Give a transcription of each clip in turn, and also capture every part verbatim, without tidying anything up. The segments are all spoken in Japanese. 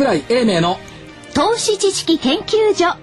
櫻井英明の投資知識研究所。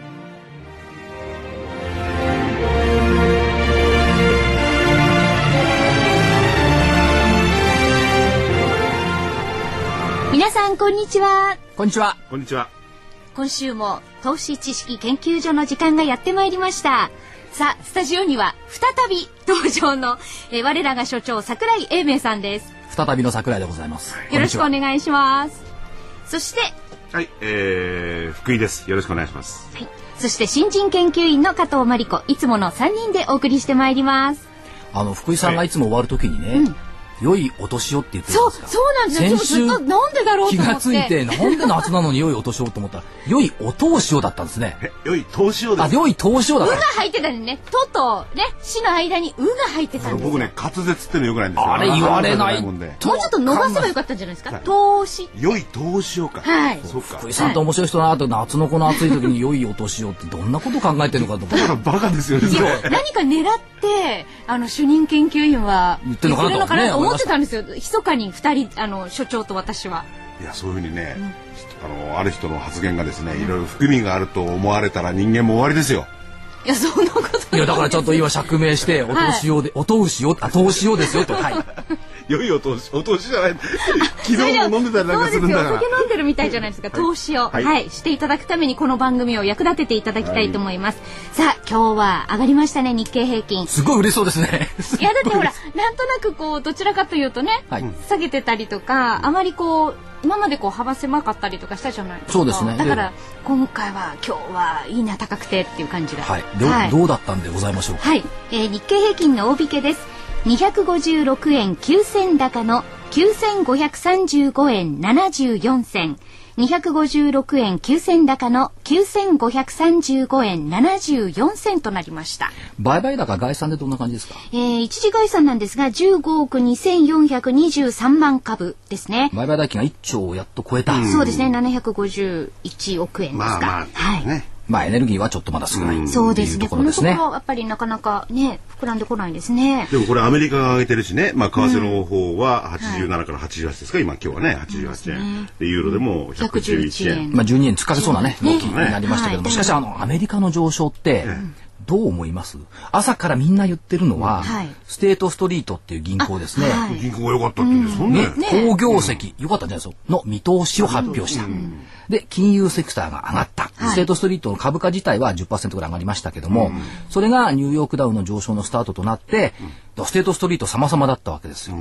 皆さんこんにちは。 こんにちは。 こんにちは。 今週も投資知識研究所の時間がやってまいりました。さあスタジオには再び登場の、えー、我らが所長櫻井英明さんです。 再びの櫻井でございます。 よろしくお願いします。そしてはい、えー、福井です。よろしくお願いします。 はい、そして新人研究員の加藤真理子、いつものさんにんでお送りしてまいります。 あの福井さんがいつも終わるときにね、はい、うん良いお年をって言ってるんですか。 そう、そうなんですよ。 先週なんでだろうと思って気がついて、なんで夏なのに良いお年をと思ったら良いお通しをだったんですね。 良い投資をです。 あ、良い投資をだった。 うが入ってたんでね。ととね、しの間にうが入ってたんですよ。 僕ね、滑舌ってのよくないんですよ。 あれ言われない。 もうちょっと伸ばせばよかったんじゃないですか。投資。 良い投資をか。 はい。 そうか。 福井さんって面白い人だなと、夏のこの暑い時に良いお年をってどんなこと考えてるのかと思って。 だからバカですよね。 何か狙ってあの主任研究員は言ってるのかなと、 ね、思ってたんですよ。密かにふたりあの所長と私は。 いやそういうふうにね、うん、あのある人の発言がですね、いろいろ含みがあると思われたら人間も終わりですよ。 いやそんなこといやだからちょっと今釈明してお通し用で、はい、お通し用あ通し用ですよと。はい。 良いお通しお通しじゃない。昨日も飲んでたりなんかするんだから。 そうですよ。お酒飲んでるみたいじゃないですか。投資を、はい、はい、していただくためにこの番組を役立てていただきたいと思います。はい、さあ今日は上がりましたね、日経平均。 すごい嬉しそうですね。 いやだってほらなんとなくこうどちらかというとね、はい、下げてたりとかあまりこう今までこう幅狭かったりとかしたじゃないですか。 そうですね。 だから今回は今日はいいな高くてっていう感じが。 はい。どう、はい、どうだったんでございましょうか。 はい。えー、日経平均の大引けです。にひゃくごじゅうろくえんきゅうせん高のきゅうせんごひゃくさんじゅうごえんななじゅうよんせん。にひゃくごじゅうろくえんきゅうせん高のきゅうせんごひゃくさんじゅうごえんななじゅうよんせんとなりました。 売買高概算でどんな感じですか。 えー、一時概算なんですがじゅうごおくにせんよんひゃくにじゅうさんまん株ですね。 売買代金がいっちょうをやっと超えた。 うそうですね。ななひゃくごじゅういちおくえんですか。まあまあ、はい。 ね。まあエネルギーはちょっとまだ少ないっていうところですね。 このところはやっぱりなかなかね膨らんでこないですね。 でもこれアメリカが上げてるしね、まあ為替の方ははちじゅうななからはちじゅうはちですか、今今日はねはちじゅうはちえんでユーロでもひゃくじゅういちえん、 まあじゅうにえん突っかけそうなね動きになりましたけども、しかしあのアメリカの上昇ってどう思います？朝からみんな言ってるのは、はい、ステートストリートっていう銀行ですね。 はい、銀行が良かったって言うんですもんね。 ね、好業績良かったんじゃないですかの見通しを発表した。うんうん、で金融セクターが上がった、はい、ステートストリートの株価自体は じゅっパーセント ぐらい上がりましたけども、うん、それがニューヨークダウの上昇のスタートとなって、うん、ステートストリート様々だったわけですよ。うん、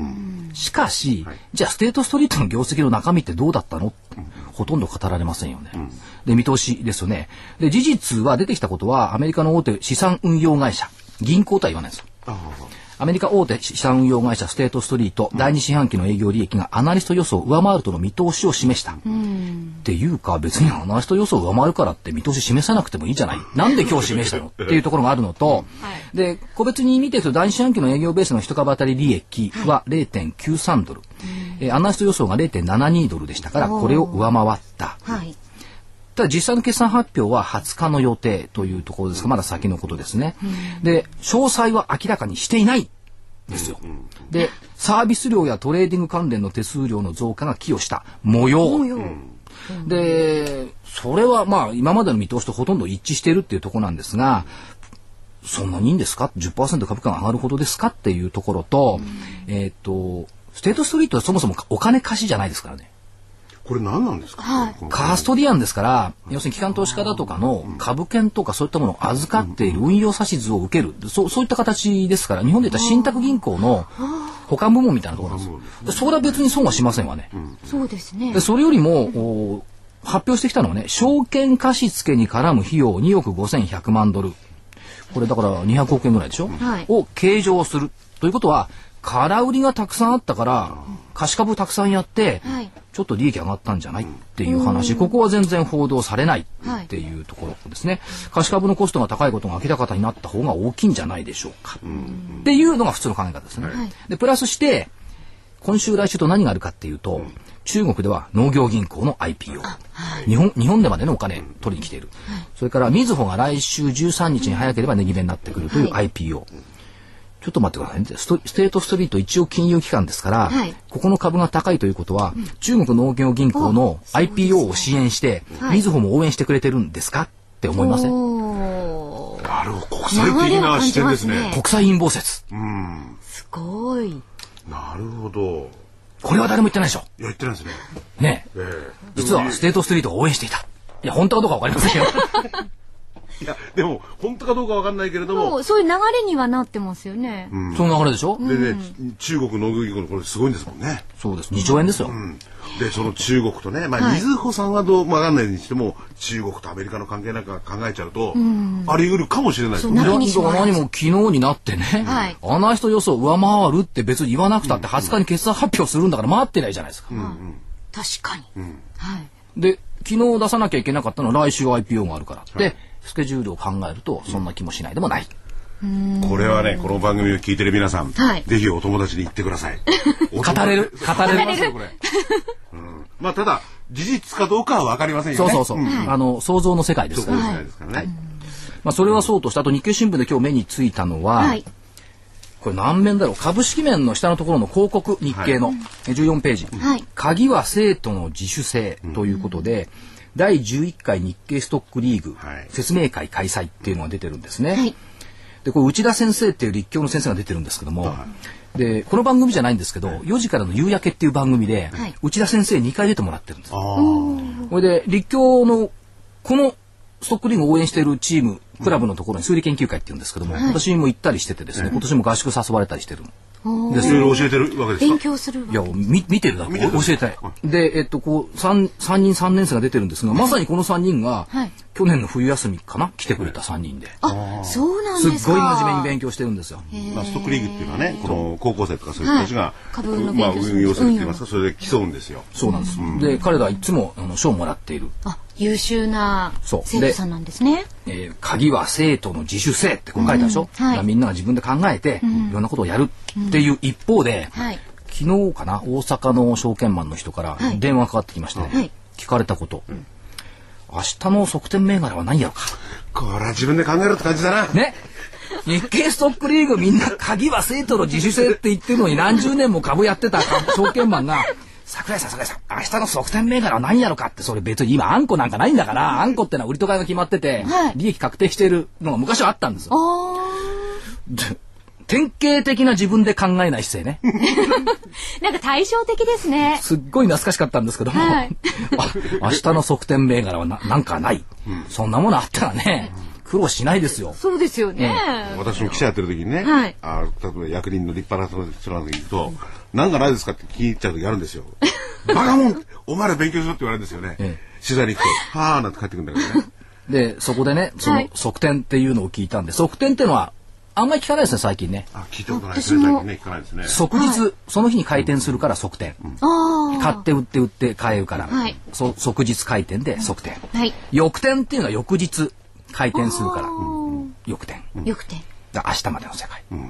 しかし、はい、じゃあステートストリートの業績の中身ってどうだったの、うん、ほとんど語られませんよね。うん、で見通しですよね。で事実は出てきたことはアメリカの大手資産運用会社銀行とは言わないですよ。アメリカ大手資産運用会社ステートストリート、うん、だいに四半期の営業利益がアナリスト予想を上回るとの見通しを示した。うん、っていうか別にアナリスト予想を上回るからって見通し示さなくてもいいじゃない。なんで今日示したのっていうところがあるのと、はい、で個別に見ていくとだいに四半期の営業ベースの一株当たり利益は ゼロてんきゅうさん ドル、はい、アナリスト予想が ゼロてんななに ドルでしたからこれを上回った。はい、ただ実際の決算発表ははつかの予定というところですがまだ先のことですね。うん、で詳細は明らかにしていないですよ。うん、でサービス料やトレーディング関連の手数料の増加が寄与した模様。うん、でそれはまあ今までの見通しとほとんど一致しているっていうところなんですが、そんなにいいんですか じゅっパーセント 株価が上がるほどですかっていうところと、うん、えっとステートストリートはそもそもお金貸しじゃないですからね。 これ何なんですか、 はい、 カーストリアンですから、要するに機関投資家だとかの株券とかそういったものを預かっている運用指図を受ける、そう、そういった形ですから日本で言ったら信託銀行の保管部門みたいなところなんですよ。それは別に損はしませんわね。うん、 そうですね。 でそれよりも発表してきたのはね、証券貸付に絡む費用におくごせんひゃくまんドル、これだからにひゃくおくえんぐらいでしょ、はい、を計上するということは空売りがたくさんあったから貸し株たくさんやって、はい、ちょっと利益上がったんじゃないっていう話、ここは全然報道されないっていうところですね。貸し株のコストが高いことが明らかになった方が大きいんじゃないでしょうかっていうのが普通の考え方ですね。はい、でプラスして今週来週と何があるかっていうと、中国では農業銀行の アイピーオー、はい、日本日本でまでのお金取りに来ている、はい、それからみずほが来週じゅうさんにちに早ければ値決めになってくるという アイピーオー、はい、 ちょっと待ってくださいね。ストステートストリート一応金融機関ですから、はい、ここの株が高いということは、うん、中国農業銀行の アイピーオー を支援して、みずほも応援してくれてるんですかって思いません？ なるほど、国際的な視点ですね。 国際陰謀説。 うん。 すごい。 なるほど。 これは誰も言ってないでしょ。 いや、言ってないですね。 ねえ。えー、実はステートストリートが応援していた。いや、本当かどうかわかりませんよ。 いやでも本当かどうかわかんないけれども、 そういう流れにはなってますよね。 うん、その流れでしょ。 でね、うん、中国農業銀行のこれすごいんですもんね。 そうです。にちょうえんですよ。うん、 でその中国とね、まあみずほさんはどうわかんないにしても、中国とアメリカの関係なんか考えちゃうと、うん、あり得るかもしれないですね。 何も昨日になってね、はい、あの人予想上回るって別に言わなくたってはつかに決算発表するんだから待ってないじゃないですか。うんうん、 確かに。うん、はい。 で昨日出さなきゃいけなかったのは来週 アイピーオー があるからって、はい、スケジュールを考えるとそんな気もしないでもない。 うん、これはね、この番組を聞いてる皆さん、はい、ぜひお友達に言ってください。 語れる語れますよこれ。 うん、まあただ事実かどうかは分かりませんよね。 そうそうそう、うん、あの想像の世界ですから。 想像の世界ですからね。はい、 まあそれはそうとして、あと日経新聞で今日目についたのは、はい、これ何面だろう、株式面の下のところの広告、日経の、はい、じゅうよんページ、はい、鍵は生徒の自主性ということで、うん、だいじゅういっかい日経ストックリーグ、はい、説明会開催っていうのが出てるんですね。はい、でこれ内田先生っていう立教の先生が出てるんですけども、はい、でこの番組じゃないんですけど、はい、よじからの夕焼けっていう番組で、はい、内田先生にかい出てもらってるんです。これで立教のこのストックリーグを応援しているチームクラブのところに数理研究会っていうんですけども、はい、私も行ったりしててですね、今年も合宿誘われたりしてるんです。 いろいろ教えてるわけですか。 勉強するわけ。 いやみ見てるだろう、教えたい。でえっとこう 3, 3人さんねん生が出てるんですが、まさにこのさんにんが、はい、去年の冬休みかな来てくれたさんにんで、 あ、そうなんですか。 すっごい真面目に勉強してるんですよ。 まあ、ストックリーグっていうのはね、この高校生とかそういう人たちが、はい、株の勉強する、まあ、運用するって言いますか、それで競うんですよ。 そうなんです。うん、で彼らはいつもあの賞をもらっている。 あ、優秀な生徒さんなんですね。 えー、鍵は生徒の自主性ってこう書いたでしょ。うん、はい、みんなが自分で考えて、うん、いろんなことをやるっていう一方で、うん、はい、昨日かな大阪の証券マンの人から電話かかってきまして、はい、聞かれたこと、うん、明日の側転銘柄は何やろか。 これは自分で考えろって感じだな。 ね。日経ストックリーグみんな鍵は生徒の自主性って言ってるのに何十年も株やってた証券マンが桜井さん桜井さん明日の側転銘柄は何やろかって、それ別に今あんこなんかないんだから、あんこってのは売りと買いが決まってて、はい、利益確定しているのが昔はあったんですよ。典型的な自分で考えない姿勢ね。 なんか対照的ですね。 すっごい懐かしかったんですけども、はい、明日の側転銘柄は な, なんかない、うん、そんなものあったらね、苦労しないですよ。 そうですよね。 うん、私も記者やってる時にね、はい、あ例えば役人の立派な人なんか言うと、なんかないですかって聞いちゃう時あるんですよ。バカモンお前ら勉強しろって言われるんですよね。ええ、取材に行くとはーなんて帰ってくるんだけどね。 でそこでね、その側転っていうのを聞いたんで、側転っていうのはあんまり聞かないですね最近ね。 あ、聞いたことないですね。最近ね聞かないですね。 即日、はい、その日に回転するから側転。うん、買って売って売って買えるから、はい、そ即日回転で側転。はい、翌転っていうのは翌日回転するから、うん、翌転。 翌転。 だ明日までの世界。うん、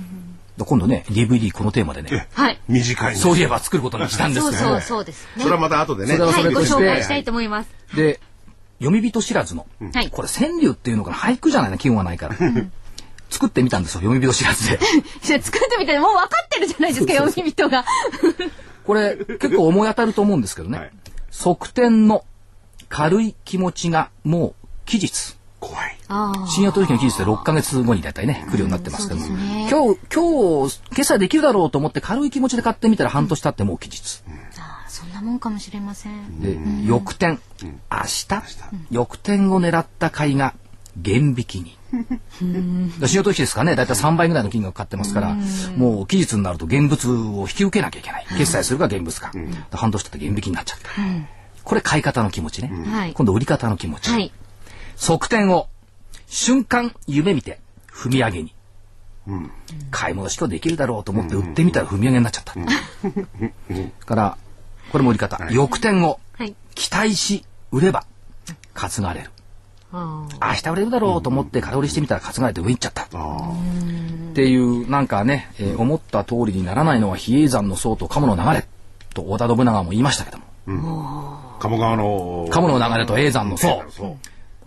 今度ね ディーブイディー このテーマでね、 はい、短いそういえば作ることにしたんですけど、 そうそうそうですね。 それはまた後でね、 それはそれとして、はい、ご紹介したいと思います。 で読み人知らずの、うん、これ川柳っていうのかな、俳句じゃないな、基本はないから、うん、作ってみたんですよ、読み人知らずで。 作ってみたらもう分かってるじゃないですか、読み人が。 これ結構思い当たると思うんですけどね、はい、側転の軽い気持ちがもう期日、 怖い。 信用取引の期日でろっかげつごにだいたいね来るようになってますけど、うんね、今日今日今朝できるだろうと思って軽い気持ちで買ってみたら半年経ってもう期日、うん、 あそんなもんかもしれません。 で、うん、翌転、うん、明日、うん、翌転を狙った買いが減引きに。信用取引ですかね、だいたいさんばいぐらいの金額買ってますから、もう期日になると現物を引き受けなきゃいけない、決済するか現物か、うん、半年経って減引きになっちゃった、うん、これ買い方の気持ちね、うん、今度売り方の気持ち、はい、側転を瞬間夢見て踏み上げに、うん、買い戻し今日できるだろうと思って売ってみたら踏み上げになっちゃった、うん、からこれも売り方、はい、翌転を期待し売れば担がれる、明日売れるだろうと思って空売りしてみたら担がれて上行っちゃったっていうなんかね、えー、思った通りにならないのは比叡山の僧と鴨の流れと織田信長も言いましたけども、うん、 鴨川の鴨の流れと叡山の僧、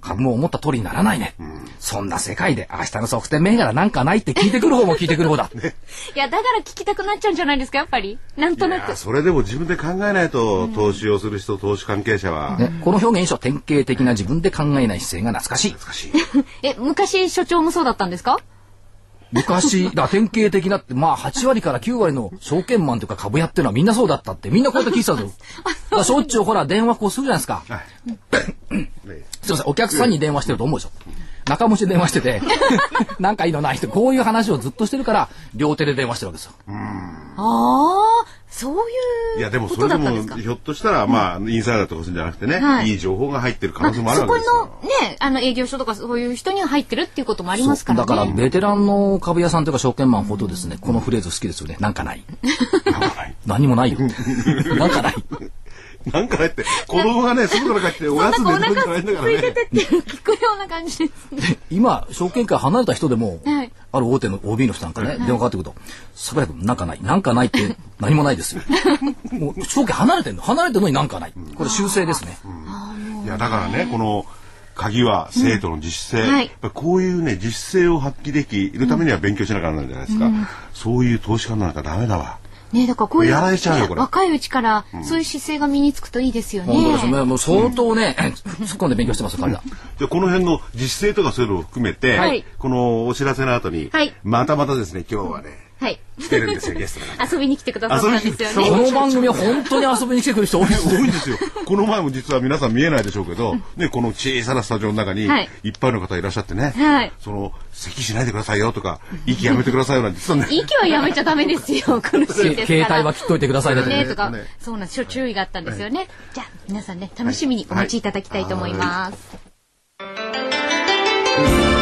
株も思った通りにならないね、うん、そんな世界で明日の側転銘柄なんかないって聞いてくる方も聞いてくる方だ、ね、 いやだから聞きたくなっちゃうんじゃないですかやっぱりなんとなく。 それでも自分で考えないと、うん、投資をする人投資関係者は、 ね、この表現書典型的な自分で考えない姿勢が懐かしい。懐かしいえ昔所長もそうだったんですか？ 昔だ典型的なってまあはち割からきゅう割の証券マンというか株屋っていうのはみんなそうだったってみんなこうやって聞いてたんですよ。しょっちゅうほら電話こうするじゃないですか。すいませんお客さんに電話してると思うでしょ。中持ちで電話しててなんかいいのない人こういう話をずっとしてるから両手で電話してるわけですよ。 うんああそういういやでもそれでもひょっとしたらまあ、うん、インサイダーとかするんじゃなくてね、はい、いい情報が入ってる可能性もあるわけですよ、 まあ、そこのねあの営業所とかそういう人には入ってるっていうこともありますからね。 だからベテランの株屋さんとか証券マンほどですね、うん、このフレーズ好きですよね。なんかないなんかない何もないよなんかないなんかないって子供がね外から帰っておやつ寝てるんじゃないんだからね。 聞くような感じですね。 今証券会離れた人でも、はい、ある大手の オービー の人なんかね、はい、電話かかってくると桜井君なんかないなんかないって何もないですよもう証券離れてんの離れてるのになんかない、うん、これ修正ですね、 うん、いやだからねこの鍵は生徒の自主性、うんはい、こういうね自主性を発揮できるためには勉強しなきゃならないじゃないですか、うん、そういう投資家なんかダメだわね、だからこういうやられちゃうよこれ。 若いうちからそういう姿勢が身につくといいですよね。 本当ですね。もう相当ね、うん、突っ込んで勉強してます彼ら。 でこの辺の自主性とかそういうのを含めて、はい、このお知らせの後に、はい、またまたですね今日はね。はい、来てるんですよゲストが、 ね、遊びに来てくださったんですよね。 この番組は本当に遊びに来てくる人多いです多いんですよ。この前も実は皆さん見えないでしょうけど、ね、この小さなスタジオの中にいっぱいの方いらっしゃってね、はい、その咳しないでくださいよとか息やめてくださいよなんて言ってたね。 息はやめちゃダメですよ苦しいですから。 携帯は切っといてくださいねねとか、ね、そうなんです注意があったんですよね、はい、じゃあ皆さんね楽しみにお待ちいただきたいと思います、はいはい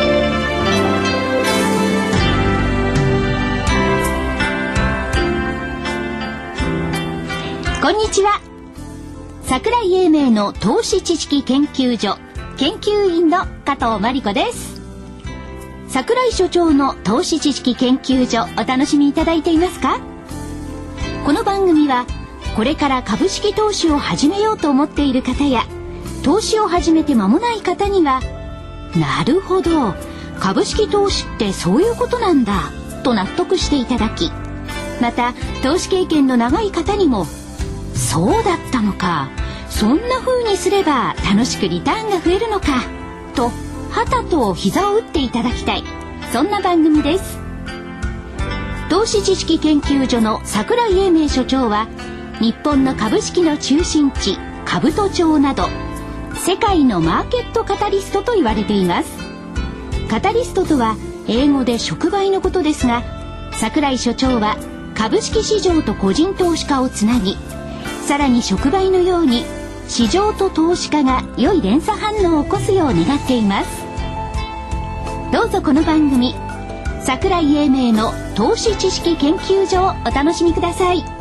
こんにちは。桜井英明の投資知識研究所研究員の加藤真理子です。桜井所長の投資知識研究所お楽しみいただいていますか？この番組はこれから株式投資を始めようと思っている方や投資を始めて間もない方にはなるほど株式投資ってそういうことなんだと納得していただき、また投資経験の長い方にもそうだったのかそんな風にすれば楽しくリターンが増えるのかとはたと膝を打っていただきたい、そんな番組です。投資知識研究所の桜井英明所長は日本の株式の中心地兜町など世界のマーケットカタリストと言われています。カタリストとは英語で触媒のことですが、桜井所長は株式市場と個人投資家をつなぎ、さらに触媒のように市場と投資家が良い連鎖反応を起こすよう願っています。どうぞこの番組桜井英明の投資知識研究所をお楽しみください。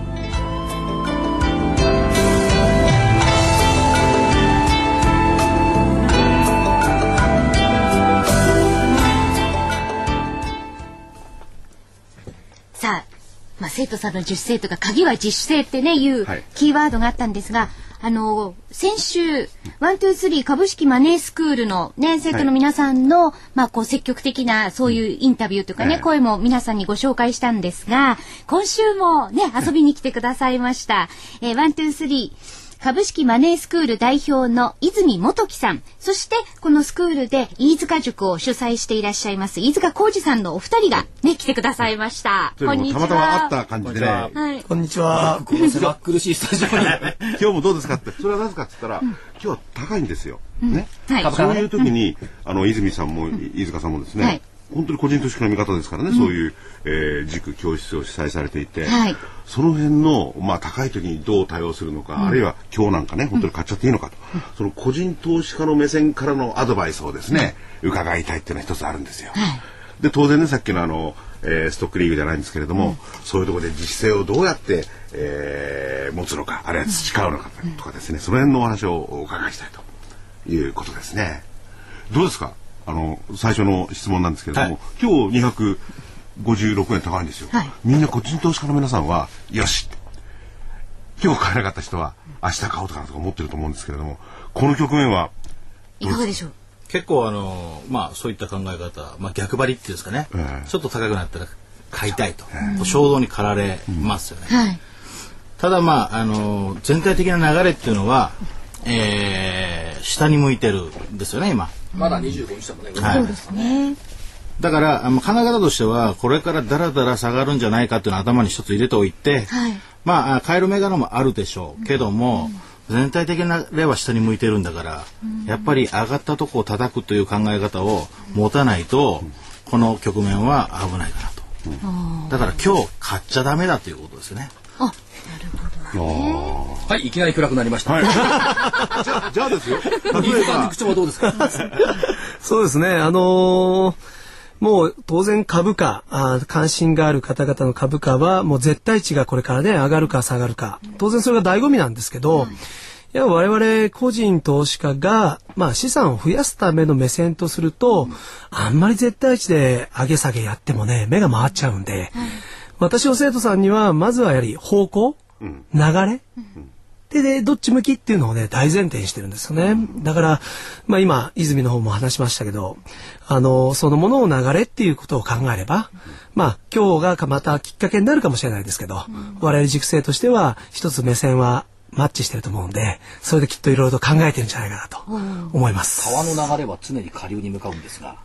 さあ、まあ、生徒さんの自主性とか鍵は自主性ってねいうキーワードがあったんですが、はい、あの先週ワンツースリー株式マネースクールの、ね、生徒の皆さんの、はい、まあ、こう積極的なそういうインタビューというかね、うん、声も皆さんにご紹介したんですが、今週もね遊びに来てくださいました、えー、ワンツースリー株式マネースクール代表の泉元樹さん、そしてこのスクールで飯塚塾を主催していらっしゃいます飯塚浩二さんのお二人がね来てくださいました。 こんにちは。たまたま会った感じでね。 はい、こんにちは。この狭苦しいスタジオに今日もどうですかって、それはなぜかって言ったら、うん、今日は高いんですよ。ね。うんはい、そういう時に、うん、あの泉さんも、うん、飯塚さんもですね。はい本当に個人投資家の味方ですからね、うん、そういう、えー、塾教室を主催されていて、はい、その辺の、まあ、高い時にどう対応するのか、うん、あるいは今日なんかね本当に買っちゃっていいのかと、うん、その個人投資家の目線からのアドバイスをですね、うん、伺いたいっていうのは一つあるんですよ。はい、で当然ねさっきのあの、えー、ストックリーグじゃないんですけれども、うん、そういうところで自主性をどうやって、えー、持つのかあるいは培うのかとかですね、うん、その辺のお話をお伺いしたいということですね。どうですかあの最初の質問なんですけれども、はい、今日にひゃくごじゅうろくえん高いんですよ、はい、みんな個人投資家の皆さんはよし今日買えなかった人は明日買おうとかとか思ってると思うんですけれども、この局面はいかがでしょう。 結構あのまあそういった考え方、まあ逆張りっていうんですかね、えー、ちょっと高くなったら買いたいと、えー、衝動に駆られますよね。うんはい、ただまああの全体的な流れっていうのは、えー、下に向いてるんですよね今。 まだにじゅうごにちだもんね。 はい、そうですね。 だからあの考え方としてはこれからだらだら下がるんじゃないかっていうのを頭に一つ入れておいて、はい、まあ買える銘柄もあるでしょうけども、うん、全体的な例は下に向いてるんだから、うん、やっぱり上がったとこを叩くという考え方を持たないと、うん、この局面は危ないかなと、うん、だから今日買っちゃダメだということですね。 あ、なるほどね。 はい、いきなり暗くなりました。はい、 じゃあ、じゃあですよ。 例えば口調はどうですか。 そうですね。あのーもう当然株価あ関心がある方々の株価はもう絶対値がこれからね上がるか下がるか当然それが醍醐味なんですけど、うん、いや我々個人投資家が、まあ、資産を増やすための目線とすると、うん、あんまり絶対値で上げ下げやってもね目が回っちゃうんで、うん、私の生徒さんにはまずはやはり方向、うん、流れ、うんで, でどっち向きっていうのをね大前提にしてるんですよね。だから、まあ、今泉の方も話しましたけどあのそのものの流れっていうことを考えれば、まあ今日がまたきっかけになるかもしれないですけど、うん、我々塾生としては一つ目線はマッチしてると思うんでそれできっといろいろと考えてるんじゃないかなと思います。 川の流れは常に下流に向かうんですが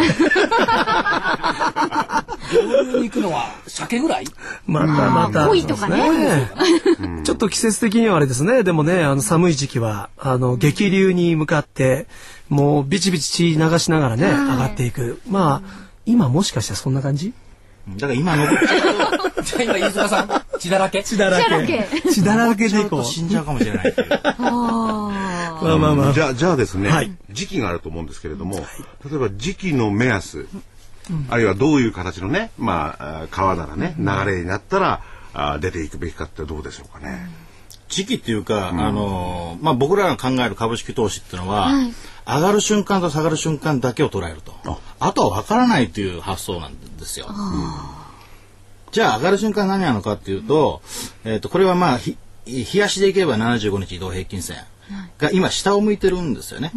上流に行くのは鮭ぐらいまたまた鯉とかねちょっと季節的にはあれですね。でもねあの寒い時期はあの激流に向かってもうビチビチ血流しながらね上がっていく。まあ今もしかしたらそんな感じだから今のじゃあ今飯塚さん血だらけ血だらけ血だらけでいこう死んじゃうかもしれないまあまあまあじゃあじゃあですね、はい、時期があると思うんですけれども、はい、例えば時期の目安、うん、あるいはどういう形のねまあ川ならね流れになったらあ出ていくべきかってどうでしょうかね。 時期っていうか、うん、あのまあ僕らが考える株式投資っていうのは、はい、上がる瞬間と下がる瞬間だけを捉えると あ, あとは分からないという発想なんですよ。うん、じゃあ上がる瞬間何なのかっていうと、えー、とこれはまあひ日足でいけばななじゅうごにち移動平均線が今下を向いてるんですよね。うん、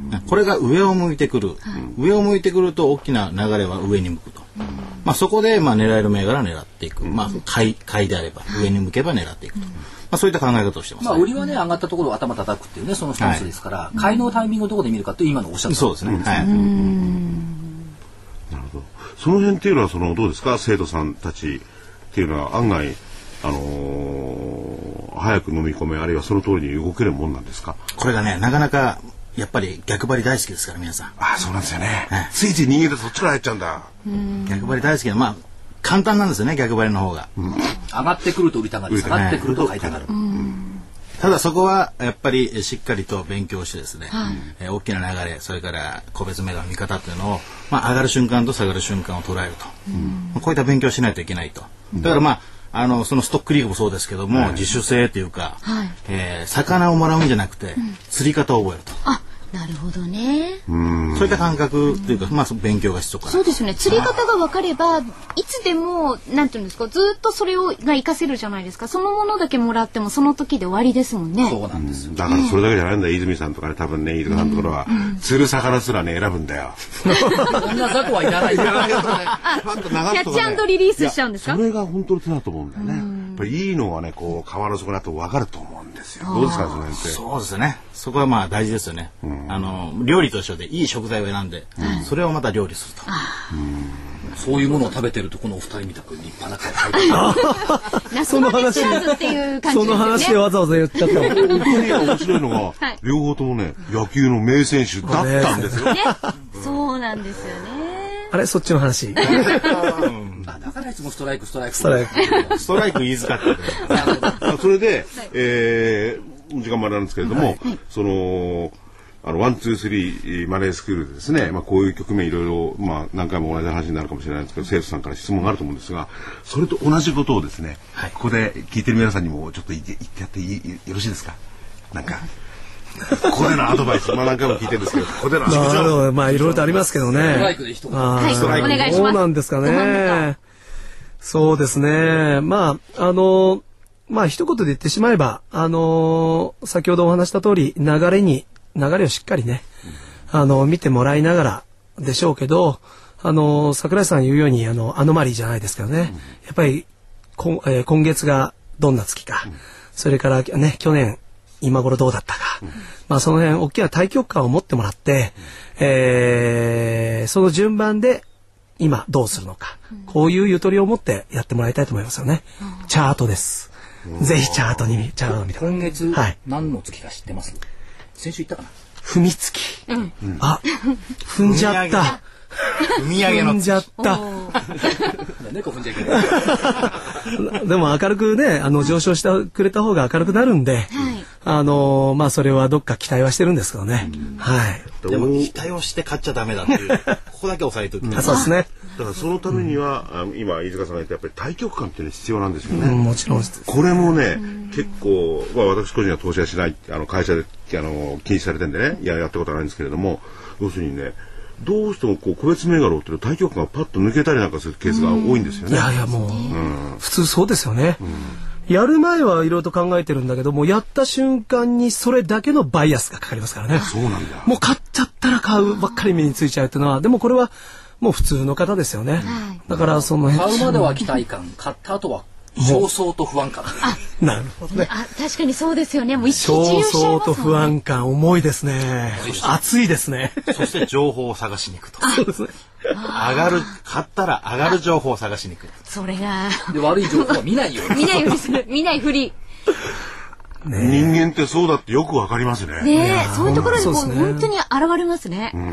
これが上を向いてくる、うん、上を向いてくると大きな流れは上に向くと、うんまあ、そこでまあ狙える銘柄を狙っていく、うんまあ、買い買いであれば上に向けば狙っていくと。うんまあ、そういった考え方をしてます、ね。 まあ売りはね上がったところを頭叩くっていうねそのスタンスですから、はい、買いのタイミングをどこで見るかっていう今のおっしゃったそうですね。はい。 うんなるほど。その辺っていうのはそのどうですか生徒さんたちっていうのは案外あのー、早く飲み込めあるいはその通りに動けるもんなんですか。 これがねなかなかやっぱり逆張り大好きですから皆さん。 ああそうなんですよね。はい、ついつい人間でそっちから入っちゃうんだ。 うん逆張り大好きなまあ簡単なんですよね逆張りの方が、うん、 上がってくると売りたがり下がってくると買いたがる、うんただそこはやっぱりしっかりと勉強してですね、はいえー、大きな流れそれから個別銘柄の見方っていうのを、まあ、上がる瞬間と下がる瞬間を捉えると、うん、こういった勉強しないといけないとだからまああのそのストックリーグもそうですけども、はい、自主性というか、はいえー、魚をもらうんじゃなくて、うん、釣り方を覚えると。 あなるほどね。 うんそういった感覚というか、まあ、勉強が必要かな。 そうですね。釣り方が分かればいつでもなんていうんですかずっとそれをが活かせるじゃないですか。そのものだけもらってもその時で終わりですもんね。 そうなんですよ。 だからそれだけじゃないんだよ。泉さんとかね多分ね飯塚さんのところは、うん、釣る魚すらね選ぶんだよ。 こんな雑魚はいらない。いらないよね。 キャッチ&リリースしちゃうんですか。 それが本当の手だと思うんだよね。やっぱりいいのはねこう川の底にあと分かると思うんですよ。どうですかその辺って。 そうですね。そこはまあ大事ですよね。うん、あの料理と一緒でいい食材を選んで、うん、それをまた料理すると。 うん、そういうものを食べてるとこのお二人みたく立派な顔。その話っていう感じですよね。 その話でわざわざ言っちゃった。 本当に面白いのが、はい、両方ともね野球の名選手だったんですよ。ね、 そうなんですよね。 あれそっちの話。 あだからいつもストライクストライクストライクストライク言いづらかった。 それで、はい、えー、時間までなんですけれども、はい、そのあのワンツースリーマネースクールでですね、まあこういう局面いろいろまあ何回も同じ話になるかもしれないんですけど生徒さんから質問があると思うんですが、それと同じことをですね、はい、ここで聞いてる皆さんにもちょっと言って言ってやってよろしいですか。なんか。ここでのアドバイス、まあ何回も聞いてるんですけど、ここでのまあ、まあいろいろとありますけどね。 ストライクで一言。 はい、お願いします。 そうなんですかね。そうですね。まああのまあ一言で言ってしまえば、あの先ほどお話した通り流れに流れをしっかりね、あの見てもらいながらでしょうけど、あの櫻井さん言うようにあのアノマリーじゃないですけどね、やっぱりこ、えー、今月がどんな月か、それからね去年今頃どうだったか、まあその辺大きな大局観を持ってもらって、えー、その順番で今どうするのか、こういうゆとりを持ってやってもらいたいと思いますよね。チャートです。ぜひチャートにチャートを見てください。 今月、 はい、 何の月か知ってます？先週言ったかな。 踏みつき、うん、あ踏んじゃった踏み上げの踏んじゃった猫踏んじゃいけないでも明るくねあの上昇してくれた方が明るくなるんで、はい、あのまあそれはどっか期待はしてるんですけどね、はい、 でも期待をして買っちゃダメだっていうここだけ押さえておきたい。 そうですね。 だからそのためには、うん、今飯塚さんが言ったやっぱり大局観っていうのは必要なんですよね、 うん、もちろんこれもね、うん、結構、まあ、私個人は投資はしないあの会社であの禁止されてるんでね、いややったことはないんですけれども、要するにねどうしてもこう個別銘柄を売ってる大局観がパッと抜けたりなんかするケースが多いんですよね。 いやいやもう、うん、普通そうですよね、うん、やる前はいろいろと考えてるんだけども、やった瞬間にそれだけのバイアスがかかりますからね。 そうなんだ。 もう買っちゃったら買うばっかり目についちゃうっていうのは、でもこれはもう普通の方ですよね、はい、だからその買うまでは期待感、買った後は焦燥と不安感。 なるほどね。 あ、確かにそうですよね。もう一気中しちゃいますもんね。焦燥と不安感重いですね。熱いですね。 そして情報を探しに行くと。 そうですね。 上がる買ったら上がる情報を探しに行く。 それがで悪い情報は見ないように見ないようにする。見ないふり。 ね、人間ってそうだってよくわかりますね。 ねえ、そういうところにこう本当に現れますね。うん。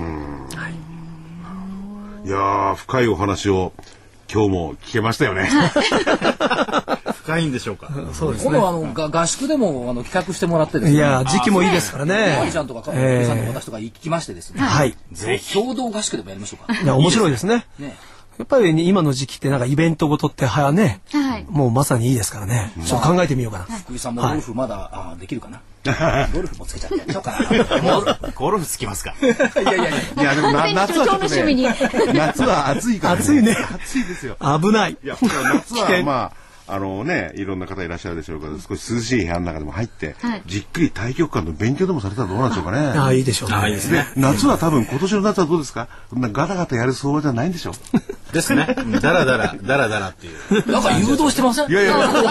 はい。いやー深いお話を今日も聞けましたよね。 深いんでしょうか。 そうですね。今度あのが合宿でもあの企画してもらってですね。 いや時期もいいですからね。 マリちゃんとかカメさんとか私とか行きましてですね。 はい。 ぜひ共同合宿でもやりましょうか。 いや面白いですね。ね。やっぱり、ね、今の時期ってなんかイベントごとってはやね、はい、もうまさにいいですからね。ちょっと考えてみようかな。 福井さんもゴルフまだ、はい、あできるかな。ゴルフもつけちゃってやっちゃおうかな。 ゴルフつきますか。 いやいやいや。 いやでもな夏はちょっとね。夏は暑いからね。 暑いね。 暑いですよ。 危ない。 いや夏はまあ。あのね、いろんな方いらっしゃるでしょうけど、少し涼しい部屋の中でも入って、はい、じっくり太極観の勉強でもされたらどうなんでしょうかね。 ああ、いいでしょうね。 ああ、いいですね。 夏は多分、今年の夏はどうですか？こんなガタガタやる相場じゃないんでしょう。 ですね。だらだら、だらだらっていう。 なんか誘導してません？ いやいや、だから、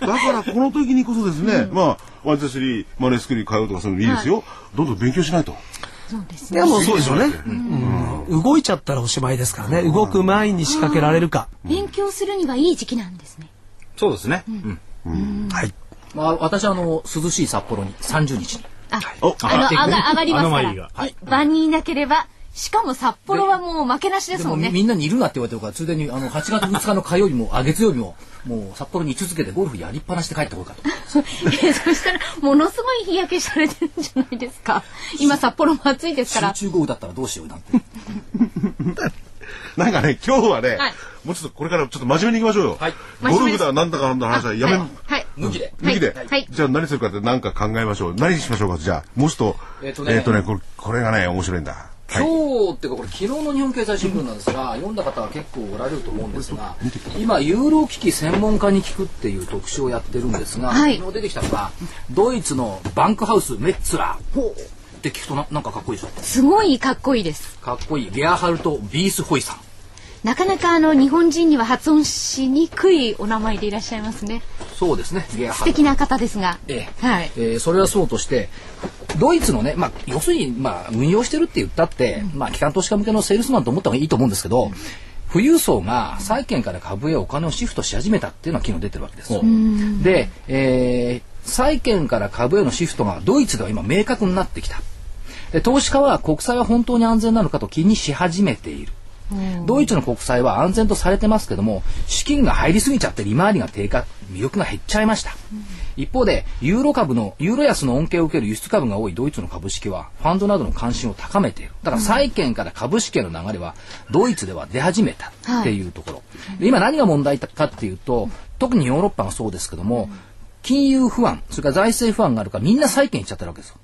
だからこの時にこそですね、うん、まあ、ワンツースリーマネースクールに通うとかそういうのいいですよ。はい、どんどん勉強しないと。 そうですね。 でもそうでしょうね。うんうん、動いちゃったらおしまいですからね。動く前に仕掛けられるか。 勉強するにはいい時期なんですね。 そうですね。 うんうん、はい。 まあ私はあの涼しい札幌にさんじゅうにちに。 あ、あの上が上がりますから。はい、場にいなければ。しかも札幌はもう負けなしですもんね。 でもみんなにいるなって言われてるから、ついでにあのはちがつふつかの火曜日もあ月曜日ももう札幌に居続けてゴルフやりっぱなしで帰ってこようかと。 そしたらものすごい日焼けされてるんじゃないですか。今札幌も暑いですから。 集中豪雨だったらどうしようなんて。 なんかね今日はね、はい、もうちょっとこれからちょっと真面目にいきましょうよ。はい、ゴルフだなんだかなんだ話はやめ、はいはい、 抜きで抜きで、はい、じゃあ何するかって何か考えましょう。何しましょうか。じゃあもうちょっとえっ、ー、とね、えーとねこれ、これがね面白いんだ。 今日っていうかこれ昨日の日本経済新聞なんですが、読んだ方は結構おられると思うんですが、今ユーロ危機専門家に聞くっていう特集をやってるんですが、はい、昨日出てきたのがドイツのバンクハウスメッツラーって聞くと な, なんかかっこいいでしょ。 すごいかっこいいです。 かっこいい。ゲアハルト・ビースホイさん。 なかなかあの日本人には発音しにくいお名前でいらっしゃいますね。 そうですね。 素敵な方ですが、 ええはいえー、それはそうとしてドイツのね、まあ、要するに、まあ、運用してるって言ったって、うんまあ、機関投資家向けのセールスマンと思った方がいいと思うんですけど、うん、富裕層が債券から株へお金をシフトし始めたっていうのは昨日出てるわけですよ。で、えー、債券から株へのシフトがドイツでは今明確になってきた。で投資家は国債は本当に安全なのかと気にし始めている。ドイツの国債は安全とされてますけども資金が入りすぎちゃって利回りが低下魅力が減っちゃいました、うん、一方でユーロ株のユーロ安の恩恵を受ける輸出株が多いドイツの株式はファンドなどの関心を高めている。だから債券から株式への流れはドイツでは出始めたっていうところ、はい、で今何が問題かっていうと特にヨーロッパがそうですけども、うん、金融不安それから財政不安があるからみんな債券いっちゃってるわけですよ。